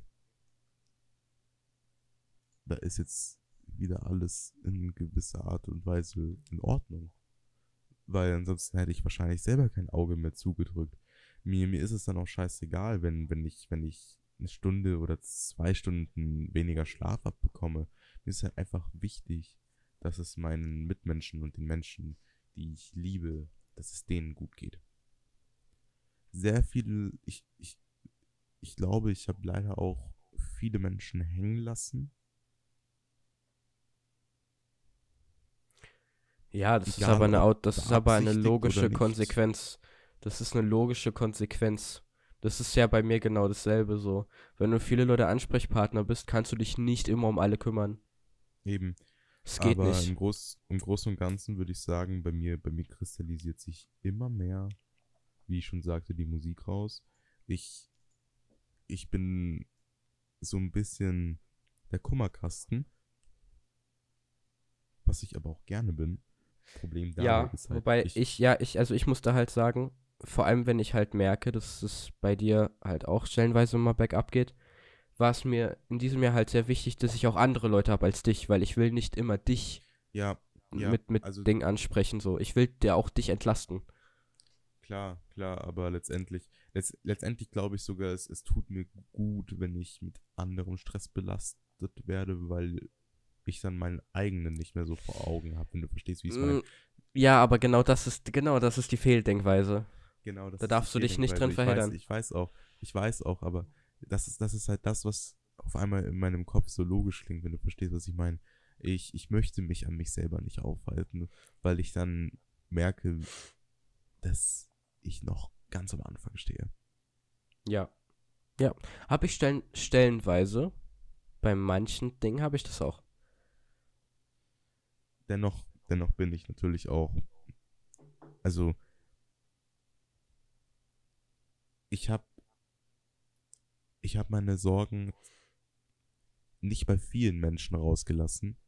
da ist jetzt wieder alles in gewisser Art und Weise in Ordnung. Weil ansonsten hätte ich wahrscheinlich selber kein Auge mehr zugedrückt. Mir, mir ist es dann auch scheißegal, wenn, wenn ich, wenn ich eine Stunde oder zwei Stunden weniger Schlaf abbekomme. Mir ist halt einfach wichtig, dass es meinen Mitmenschen und den Menschen, die ich liebe, dass es denen gut geht. Sehr viele, ich, ich, ich glaube, ich habe leider auch viele Menschen hängen lassen. Ja, das ist Egal, aber eine, ob Au- das ist aber eine beabsichtigt oder logische nicht. Konsequenz. Das ist eine logische Konsequenz. Das ist ja bei mir genau dasselbe so. Wenn du viele Leute Ansprechpartner bist, kannst du dich nicht immer um alle kümmern. Eben. Es geht Aber nicht. im, Groß, im Großen und Ganzen würde ich sagen, bei mir, bei mir kristallisiert sich immer mehr, wie ich schon sagte, die Musik raus. Ich, ich bin so ein bisschen der Kummerkasten, was ich aber auch gerne bin. Problem dabei Ja, ist halt, wobei ich, ich, ja, ich, also ich musste halt sagen, vor allem wenn ich halt merke, dass es bei dir halt auch stellenweise mal bergab geht, war es mir in diesem Jahr halt sehr wichtig, dass ich auch andere Leute habe als dich, weil ich will nicht immer dich ja, ja, mit, mit also Dingen ansprechen, so. Ich will dir auch dich entlasten. klar, klar, aber letztendlich, letzt, letztendlich glaube ich sogar, es, es tut mir gut, wenn ich mit anderem Stress belastet werde, weil ich dann meinen eigenen nicht mehr so vor Augen habe, wenn du verstehst, wie ich es meine. Mm, Ja, aber genau das ist, genau das ist die Fehldenkweise. Genau, das Da ist die darfst du dich nicht Fehldenkweise. drin Ich weiß, verheddern. ich weiß auch, ich weiß auch, aber das ist, das ist halt das, was auf einmal in meinem Kopf so logisch klingt, wenn du verstehst, was ich meine. Ich, ich möchte mich an mich selber nicht aufhalten, weil ich dann merke, dass ich noch ganz am Anfang stehe. Ja. Ja. Habe ich stellen, stellenweise, bei manchen Dingen habe ich das auch. Dennoch, dennoch bin ich natürlich auch, also ich habe ich habe meine Sorgen nicht bei vielen Menschen rausgelassen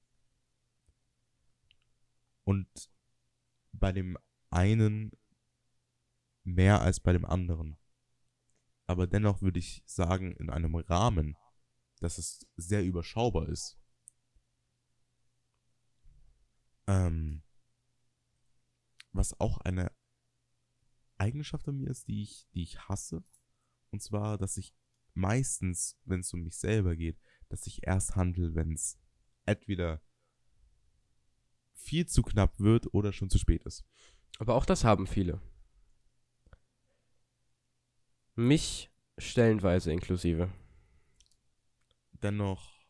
und bei dem einen mehr als bei dem anderen. Aber dennoch würde ich sagen, in einem Rahmen, dass es sehr überschaubar ist. Ähm, was auch eine Eigenschaft an mir ist, die ich, die ich hasse. Und zwar, dass ich meistens, wenn es um mich selber geht, dass ich erst handle, wenn es entweder viel zu knapp wird oder schon zu spät ist. Aber auch das haben viele. Mich stellenweise inklusive. Dennoch,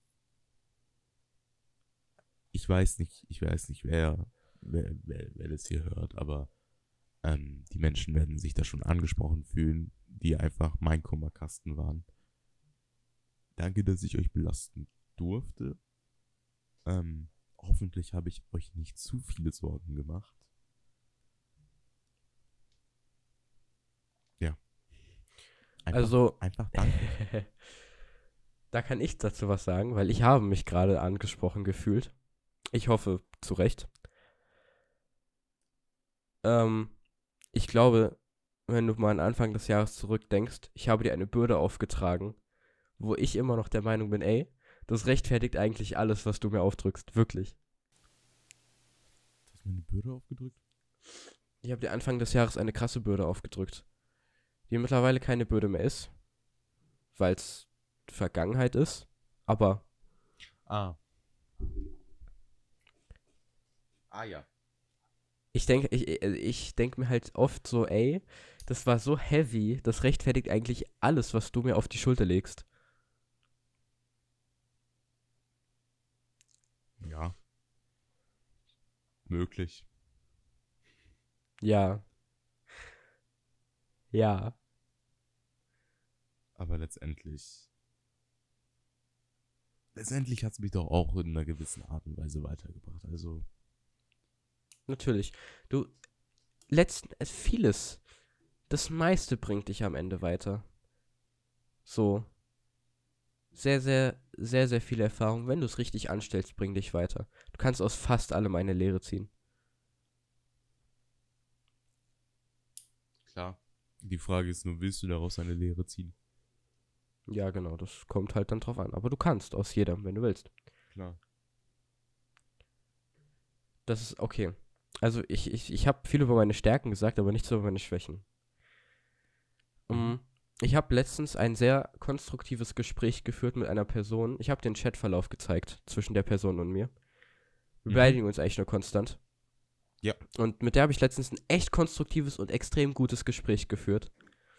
ich weiß nicht, ich weiß nicht, wer, wer, wer, wer das hier hört, aber ähm, die Menschen werden sich da schon angesprochen fühlen, die einfach mein Kummerkasten waren. Danke, dass ich euch belasten durfte. Ähm, hoffentlich habe ich euch nicht zu viele Sorgen gemacht. Ja. Einfach, Also, einfach danke. da kann ich dazu was sagen, weil ich habe mich gerade angesprochen gefühlt. Ich hoffe, zu Recht. Ähm, ich glaube, wenn du mal an Anfang des Jahres zurückdenkst, ich habe dir eine Bürde aufgetragen, wo ich immer noch der Meinung bin, ey, das rechtfertigt eigentlich alles, was du mir aufdrückst. Wirklich. Du hast mir eine Bürde aufgedrückt? Ich habe dir Anfang des Jahres eine krasse Bürde aufgedrückt, die mittlerweile keine Bürde mehr ist, weil es Vergangenheit ist, aber Ah. Ah ja. ich denke, ich, ich denke mir halt oft so, ey, das war so heavy, das rechtfertigt eigentlich alles, was du mir auf die Schulter legst. Ja. Möglich. Ja. Ja. Aber letztendlich. Letztendlich hat es mich doch auch in einer gewissen Art und Weise weitergebracht. Also. Natürlich. Du, letzten, äh, vieles, das meiste bringt dich am Ende weiter. So. Sehr, sehr, sehr, sehr viele Erfahrungen. Wenn du es richtig anstellst, bringen dich weiter. Du kannst aus fast allem eine Lehre ziehen. Klar. Die Frage ist nur, willst du daraus eine Lehre ziehen? Ja, genau, das kommt halt dann drauf an. Aber du kannst aus jedem, wenn du willst. Klar. Das ist okay. Also ich, ich, ich habe viel über meine Stärken gesagt, aber nichts über meine Schwächen. Mhm. Ich habe letztens ein sehr konstruktives Gespräch geführt mit einer Person. Ich habe den Chatverlauf gezeigt zwischen der Person und mir. Wir Mhm. beleidigen uns eigentlich nur konstant. Ja. Und mit der habe ich letztens ein echt konstruktives und extrem gutes Gespräch geführt.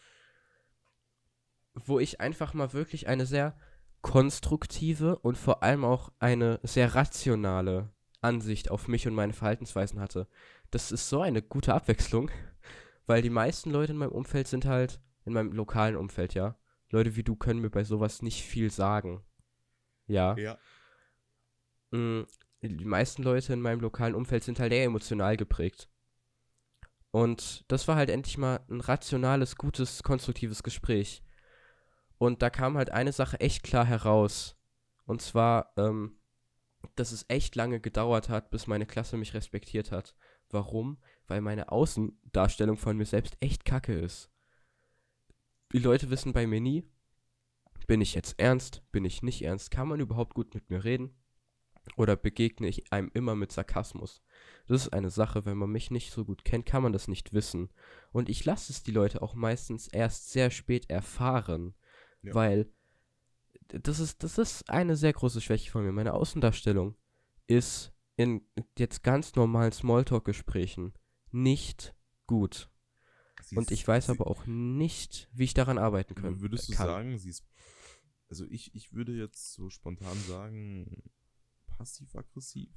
Wo ich einfach mal wirklich eine sehr konstruktive und vor allem auch eine sehr rationale Ansicht auf mich und meine Verhaltensweisen hatte. Das ist so eine gute Abwechslung, weil die meisten Leute in meinem Umfeld sind halt, in meinem lokalen Umfeld, ja, Leute wie du können mir bei sowas nicht viel sagen. Ja. Ja. Mm, die meisten Leute in meinem lokalen Umfeld sind halt eher emotional geprägt. Und das war halt endlich mal ein rationales, gutes, konstruktives Gespräch. Und da kam halt eine Sache echt klar heraus. Und zwar, ähm, dass es echt lange gedauert hat, bis meine Klasse mich respektiert hat. Warum? Weil meine Außendarstellung von mir selbst echt kacke ist. Die Leute wissen bei mir nie, bin ich jetzt ernst, bin ich nicht ernst, kann man überhaupt gut mit mir reden? Oder begegne ich einem immer mit Sarkasmus? Das ist eine Sache, wenn man mich nicht so gut kennt, kann man das nicht wissen. Und ich lasse es die Leute auch meistens erst sehr spät erfahren, Ja. weil das ist, das ist eine sehr große Schwäche von mir. Meine Außendarstellung ist in jetzt ganz normalen Smalltalk-Gesprächen nicht gut. Sie Und ist- ich weiß sie- aber auch nicht, wie ich daran arbeiten können, Würdest du kann. sagen, sie ist. Also ich, ich würde jetzt so spontan sagen, passiv-aggressiv.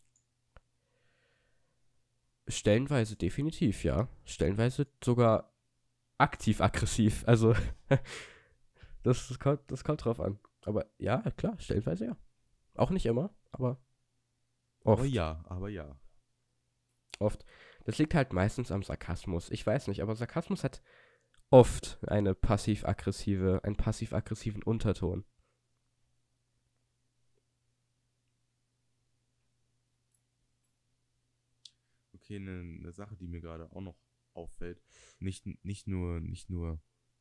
Stellenweise definitiv, ja. Stellenweise sogar aktiv-aggressiv. Also, das, das, kommt, das kommt drauf an. Aber ja, klar, stellenweise ja. Auch nicht immer, aber oft. Aber ja, aber ja. Oft. Das liegt halt meistens am Sarkasmus. Ich weiß nicht, aber Sarkasmus hat oft eine passiv-aggressive, einen passiv-aggressiven Unterton. Okay, eine ne Sache, die mir gerade auch noch auffällt. Nicht, nicht nur, nicht nur,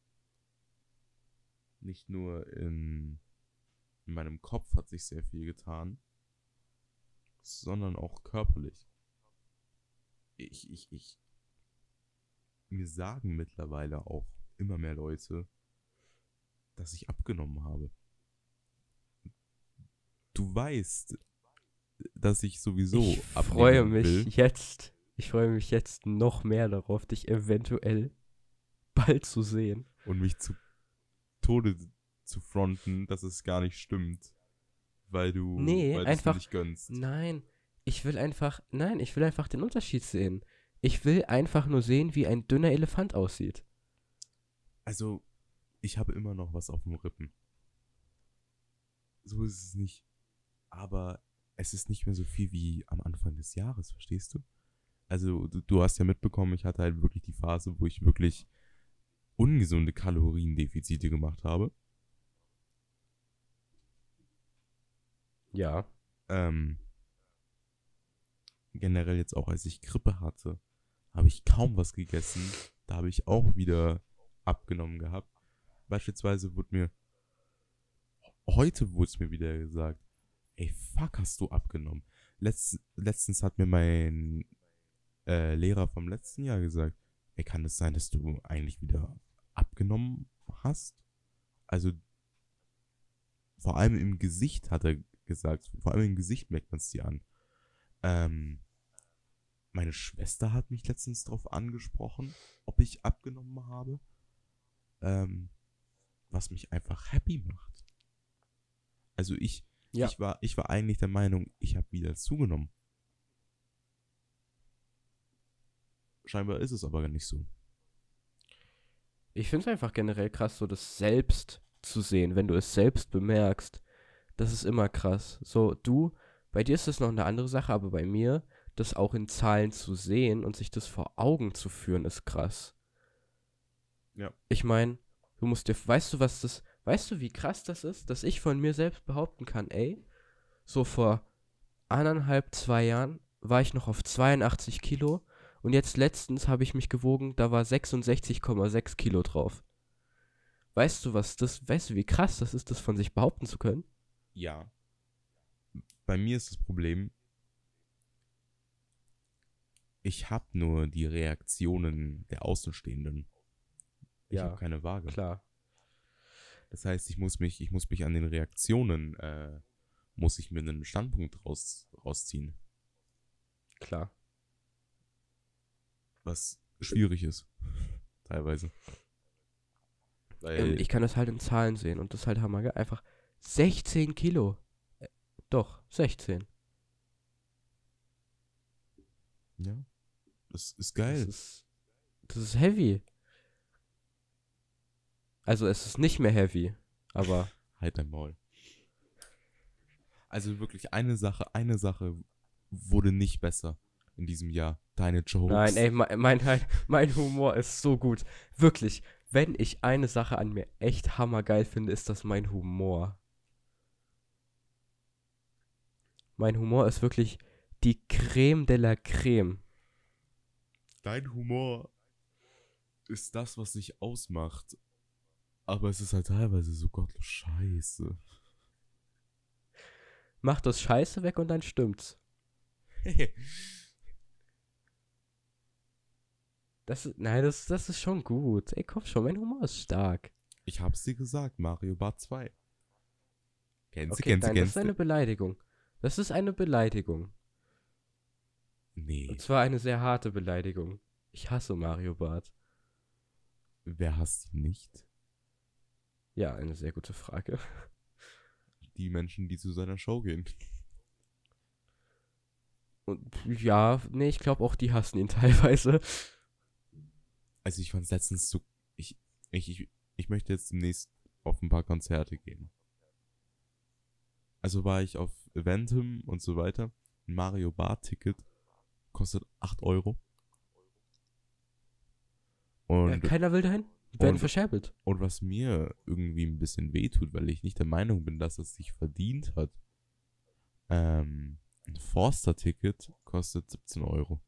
nicht nur in, in meinem Kopf hat sich sehr viel getan, sondern auch körperlich. Ich, ich, ich, mir sagen mittlerweile auch immer mehr Leute, dass ich abgenommen habe. Du weißt, dass ich sowieso Ich freue abnehmen mich will. jetzt, ich freue mich jetzt noch mehr darauf, dich eventuell bald zu sehen. Und mich zu Tode zu fronten, dass es gar nicht stimmt. Weil du, Nee, weil du es mir einfach- nicht gönnst. Nein, ich will einfach, nein, ich will einfach den Unterschied sehen. Ich will einfach nur sehen, wie ein dünner Elefant aussieht. Also, ich habe immer noch was auf dem Rippen. So ist es nicht. Aber es ist nicht mehr so viel wie am Anfang des Jahres, verstehst du? Also, du, du hast ja mitbekommen, ich hatte halt wirklich die Phase, wo ich wirklich ungesunde Kaloriendefizite gemacht habe. Ja. Ähm, generell jetzt auch, als ich Grippe hatte, habe ich kaum was gegessen. Da habe ich auch wieder abgenommen gehabt. Beispielsweise wurde mir, heute wurde es mir wieder gesagt, ey, fuck, hast du abgenommen. Letz, letztens hat mir mein äh, Lehrer vom letzten Jahr gesagt, ey, kann es sein, dass du eigentlich wieder abgenommen hast? Also, vor allem im Gesicht hat er gesagt, vor allem im Gesicht merkt man es dir an. Ähm, meine Schwester hat mich letztens darauf angesprochen, ob ich abgenommen habe. Ähm, was mich einfach happy macht. Also ich, Ja. ich, war, ich war eigentlich der Meinung, ich habe wieder zugenommen. Scheinbar ist es aber gar nicht so. Ich finde es einfach generell krass, so das selbst zu sehen, wenn du es selbst bemerkst. Das ist immer krass. So, du, bei dir ist das noch eine andere Sache, aber bei mir, das auch in Zahlen zu sehen und sich das vor Augen zu führen, ist krass. Ja. Ich meine, du musst dir, weißt du, was das, weißt du, wie krass das ist, dass ich von mir selbst behaupten kann, ey, so vor anderthalb, zwei Jahren war ich noch auf zweiundachtzig Kilo und jetzt letztens habe ich mich gewogen, da war sechsundsechzig Komma sechs Kilo drauf. Weißt du, was das, weißt du, wie krass das ist, das von sich behaupten zu können? Ja. Bei mir ist das Problem, ich habe nur die Reaktionen der Außenstehenden. Ich Ja, habe keine Waage. Klar. Das heißt, ich muss mich, ich muss mich an den Reaktionen, äh, muss ich mir einen Standpunkt raus, rausziehen. Klar. Was schwierig ist. Teilweise. Weil, Ähm, ich kann das halt in Zahlen sehen und das ist halt hammer, gell? Einfach sechzehn Kilo. Äh, doch, sechzehn. ja, das ist Das geil. ist, das ist heavy. Also es ist nicht mehr heavy, aber Halt dein Maul. Also wirklich eine Sache, eine Sache wurde nicht besser in diesem Jahr. Deine Jokes. Nein, ey, mein, mein, mein Humor ist so gut. Wirklich, wenn ich eine Sache an mir echt hammergeil finde, ist das mein Humor. Mein Humor ist wirklich die Creme de la Creme. Dein Humor ist das, was dich ausmacht. Aber es ist halt teilweise so gottlos scheiße. Mach das Scheiße weg und dann stimmt's. Das ist, nein, das, das ist schon gut. Ey, komm schon, mein Humor ist stark. Ich hab's dir gesagt, Mario Bart zwei. Kennst du, Okay, kennst du, nein, das kennst ist eine du? Beleidigung. Das ist eine Beleidigung. Nee, Und zwar eine sehr harte Beleidigung. Ich hasse Mario Barth. wer hasst ihn nicht? Ja, eine sehr gute Frage. Die Menschen, die zu seiner Show gehen. Und ja, nee, ich glaube auch die hassen ihn teilweise. Also ich fand's letztens so, ich, ich, ich, ich möchte jetzt demnächst auf ein paar Konzerte gehen. Also war ich auf Eventim und so weiter. Ein Mario Bart Ticket kostet acht Euro. Und, Ja, keiner will dahin. Die werden und- verscherbelt. und was mir irgendwie ein bisschen wehtut, weil ich nicht der Meinung bin, dass es sich verdient hat. Ähm, ein Forster-Ticket kostet siebzehn Euro.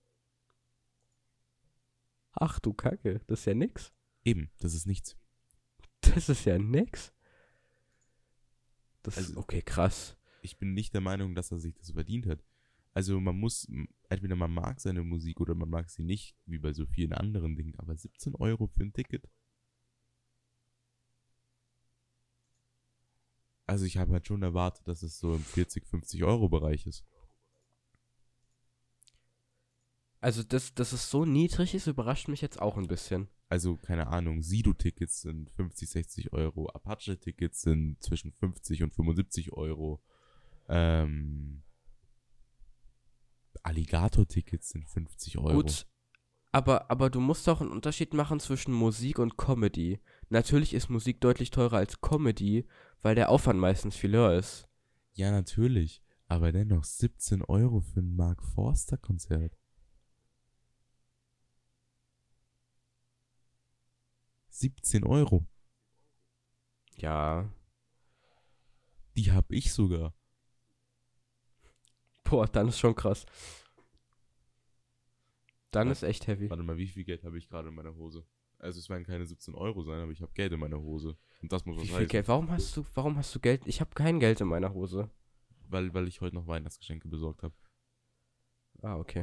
Ach du Kacke, das ist ja nix. Eben, das ist nichts. Das ist ja nix. Das ist, Also- okay, krass. Ich bin nicht der Meinung, dass er sich das verdient hat. Also man muss, m- entweder man mag seine Musik oder man mag sie nicht, wie bei so vielen anderen Dingen, aber siebzehn Euro für ein Ticket. Also ich habe halt schon erwartet, dass es so im vierzig, fünfzig Euro Bereich ist. Also, dass, dass es so niedrig ist, überrascht mich jetzt auch ein bisschen. Also keine Ahnung, Sido-Tickets sind fünfzig, sechzig Euro, Apache-Tickets sind zwischen fünfzig und fünfundsiebzig Euro. Ähm, Alligator-Tickets sind fünfzig Euro. Gut, aber, aber du musst auch einen Unterschied machen zwischen Musik und Comedy. Natürlich ist Musik deutlich teurer als Comedy, weil der Aufwand meistens viel höher ist. Ja, natürlich. Aber dennoch siebzehn Euro für ein Mark Forster-Konzert. siebzehn Euro. Ja. Die hab ich sogar. Boah, dann ist schon krass. Dann Was? ist echt heavy. Warte mal, wie viel Geld habe ich gerade in meiner Hose? Also es werden keine siebzehn Euro sein, aber ich habe Geld in meiner Hose. Und das muss Wie was viel heißen. Geld? Warum hast du, warum hast du Geld? Ich habe kein Geld in meiner Hose. Weil, weil ich heute noch Weihnachtsgeschenke besorgt habe. Ah, okay.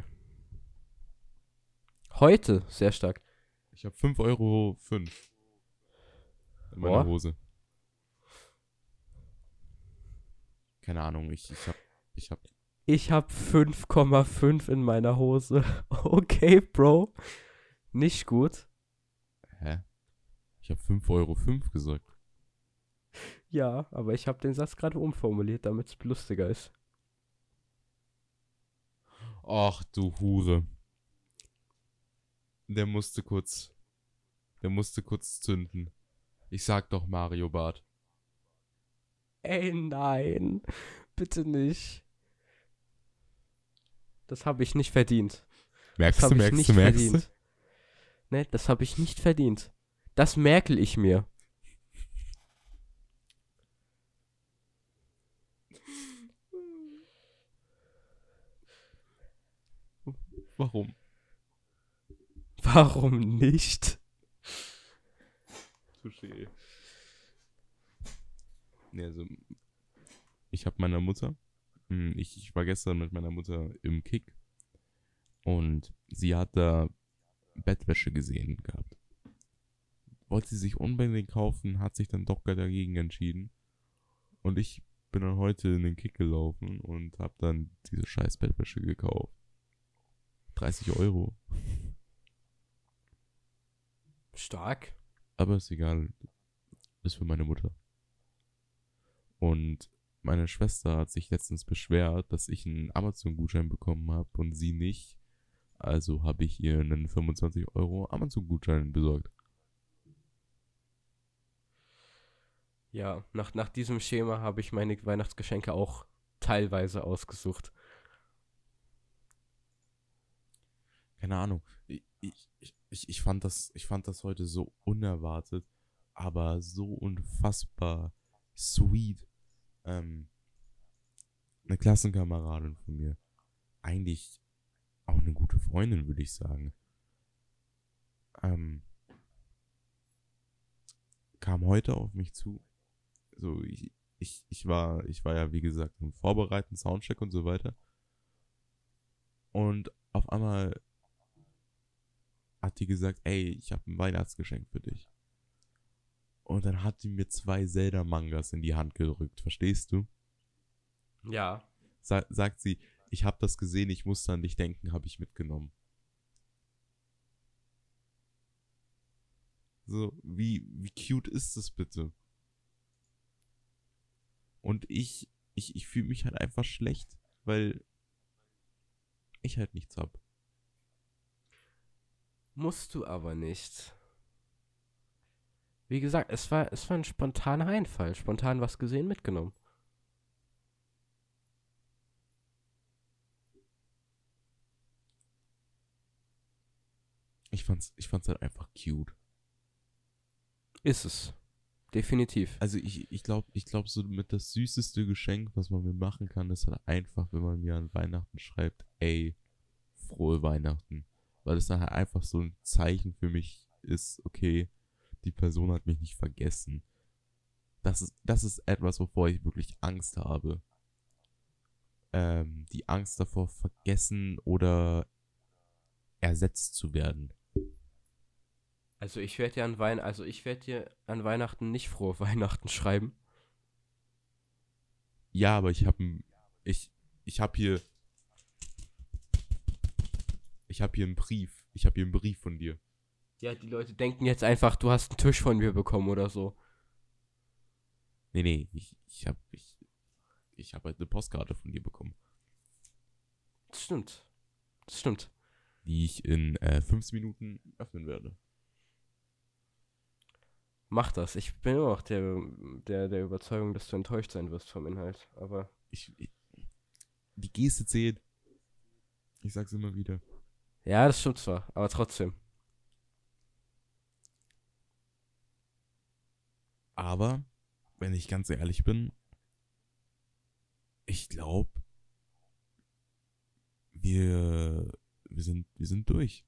Heute, sehr stark. Ich habe fünf Euro fünf in meiner Boah. Hose. Keine Ahnung, ich, ich hab, ich hab, Ich habe fünf Komma fünf in meiner Hose. Okay, Bro. Nicht gut. hä? Ich habe fünf Euro fünf gesagt. Ja, aber ich habe den Satz gerade umformuliert, damit es lustiger ist. Ach du Hure. Der musste kurz, der musste kurz zünden. Ich sag doch Mario Bart. Ey, nein. Bitte nicht. Das habe ich nicht verdient. Merkst Das du, habe ich merkst nicht du, merkst du? verdient. Ne, das habe ich nicht verdient. Das merkel ich mir. Warum? Warum nicht? Touché. Nee, also, ich habe meiner Mutter, hm, ich, ich war gestern mit meiner Mutter im Kick und sie hat da Bettwäsche gesehen gehabt. Wollte sie sich unbedingt kaufen, hat sich dann doch dagegen entschieden. Und ich bin dann heute in den Kick gelaufen und habe dann diese scheiß Bettwäsche gekauft. dreißig Euro. Stark. Aber ist egal. Ist für meine Mutter. Und meine Schwester hat sich letztens beschwert, dass ich einen Amazon-Gutschein bekommen habe und sie nicht. Also habe ich ihr einen fünfundzwanzig Euro Amazon-Gutschein besorgt. Ja, nach, nach diesem Schema habe ich meine Weihnachtsgeschenke auch teilweise ausgesucht. Keine Ahnung. Ich, ich, ich, ich, fand das, ich fand das heute so unerwartet, aber so unfassbar sweet. Ähm, eine Klassenkameradin von mir. Eigentlich auch eine gute Freundin, würde ich sagen. Ähm, kam heute auf mich zu. So, ich, ich, ich war, ich war ja, wie gesagt, im Vorbereiten, Soundcheck und so weiter. Und auf einmal hat die gesagt, ey, ich habe ein Weihnachtsgeschenk für dich. Und dann hat die mir zwei Zelda-Mangas in die Hand gedrückt, verstehst du? Ja. Sa- sagt sie, ich habe das gesehen, ich musste an dich denken, habe ich mitgenommen. So, wie, wie cute ist das bitte? Und ich, ich, ich fühle mich halt einfach schlecht, weil ich halt nichts hab. Musst du aber nicht. Wie gesagt, es war, es war ein spontaner Einfall. Spontan was gesehen, mitgenommen. Ich fand's, ich fand's halt einfach cute. Ist es. Definitiv. Also ich, ich glaube, ich glaube so mit das süßeste Geschenk, was man mir machen kann, ist halt einfach, wenn man mir an Weihnachten schreibt, ey, frohe Weihnachten. Weil es dann halt einfach so ein Zeichen für mich ist, okay, die Person hat mich nicht vergessen. Das ist, das ist etwas, wovor ich wirklich Angst habe. Ähm, die Angst davor, vergessen oder ersetzt zu werden. Also ich werde dir an Wein, also ich werde dir an Weihnachten nicht frohe Weihnachten schreiben. Ja, aber ich habe ich, ich habe hier ich habe hier einen Brief. Ich habe hier einen Brief von dir. Ja, die Leute denken jetzt einfach, du hast einen Tisch von mir bekommen oder so. Nee, nee, ich, ich habe ich, ich hab halt eine Postkarte von dir bekommen. Das stimmt. Das stimmt. Die ich in äh, fünf Minuten öffnen werde. Mach das. Ich bin immer noch der, der, der Überzeugung, dass du enttäuscht sein wirst vom Inhalt. Aber Ich, ich die Geste zählt. Ich sag's immer wieder. ja, das stimmt zwar, aber trotzdem. Aber, wenn ich ganz ehrlich bin, ich glaube, wir, wir, sind, wir sind durch.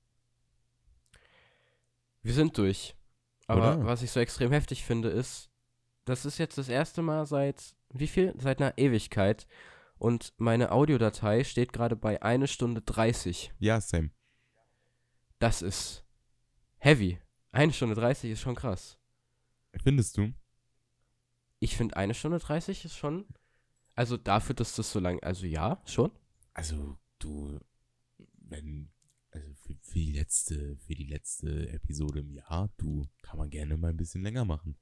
Wir sind durch. Aber Oder? was ich so extrem heftig finde, ist, das ist jetzt das erste Mal seit, wie viel? Seit einer Ewigkeit. Und meine Audiodatei steht gerade bei eine Stunde dreißig. Ja, same. Das ist heavy. eine Stunde dreißig ist schon krass. Findest du? Ich finde eine Stunde dreißig ist schon, also dafür, dass das so lang, also ja, schon. Also, du, wenn, also für, für die letzte, für die letzte Episode im Jahr, du, kann man gerne mal ein bisschen länger machen.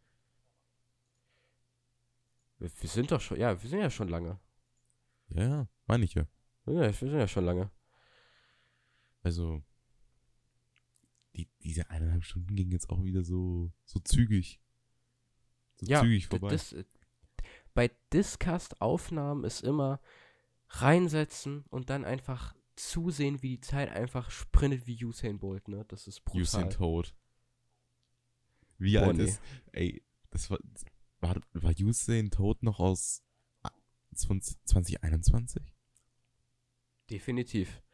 Wir, wir sind doch schon, ja, wir sind ja schon lange. Ja, ja, meine ich ja. Ja, wir sind ja schon lange. Also, die, diese eineinhalb Stunden gingen jetzt auch wieder so, so zügig. So Ja, zügig d- vorbei. das, äh, bei Discast-Aufnahmen ist immer reinsetzen und dann einfach zusehen, wie die Zeit einfach sprintet wie Usain Bolt, ne? Das ist brutal. Usain Toad. Wie Boah, alt nee. ist, ey, das war, war, war Usain Toad noch aus zwanzig einundzwanzig? Definitiv.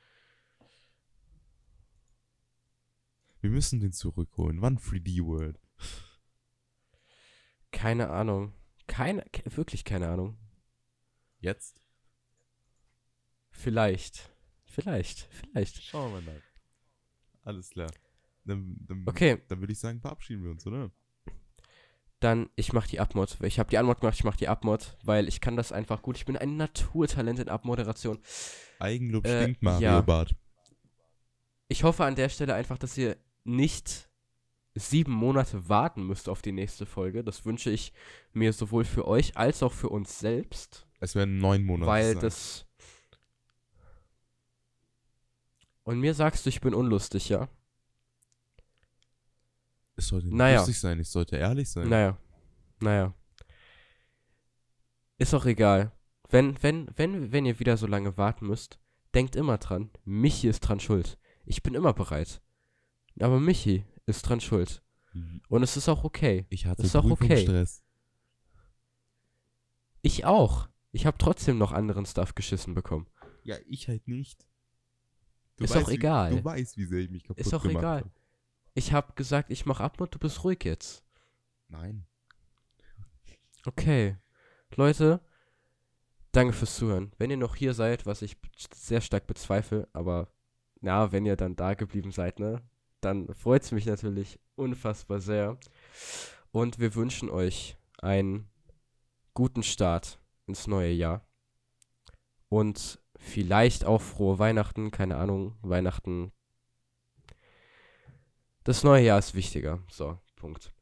Wir müssen den zurückholen. Wann drei D World? Keine Ahnung. Keine, ke- wirklich keine Ahnung. Jetzt? Vielleicht. Vielleicht. Vielleicht. Schauen wir mal nach. Alles klar. Dann, dann, Okay, dann würde ich sagen, verabschieden wir uns, oder? dann ich mach die Abmod. Ich habe die Anmod gemacht, ich mach die Abmod, weil ich kann das einfach gut. Ich bin ein Naturtalent in Abmoderation. Eigenlob Äh, stinkt, Mario ja. Bart. Ich hoffe an der Stelle einfach, dass ihr nicht sieben Monate warten müsst auf die nächste Folge. Das wünsche ich mir sowohl für euch als auch für uns selbst. Es werden neun Monate Weil sein. das. Und mir sagst du, ich bin unlustig, ja? Es sollte nicht Naja. lustig sein, ich sollte ehrlich sein. Naja. Naja. Ist auch egal. Wenn, wenn, wenn, wenn ihr wieder so lange warten müsst, denkt immer dran, Michi ist dran schuld. Ich bin immer bereit. Aber Michi ist dran schuld. Und es ist auch okay. Ich hatte Ist doch okay. Prüfungsstress. Ich auch. Ich habe trotzdem noch anderen Stuff geschissen bekommen. Ja, ich halt nicht. Du Ist weißt, doch wie- egal. Du weißt, wie sehr ich mich kaputt Ist doch gemacht egal. habe. Ich habe gesagt, ich mach ab und du bist ruhig jetzt. Nein. Okay. Leute, danke fürs Zuhören. Wenn ihr noch hier seid, was ich b- sehr stark bezweifle, aber na, wenn ihr dann da geblieben seid, ne, dann freut es mich natürlich unfassbar sehr. Und wir wünschen euch einen guten Start ins neue Jahr. Und vielleicht auch frohe Weihnachten, keine Ahnung, Weihnachten. Das neue Jahr ist wichtiger. So, Punkt.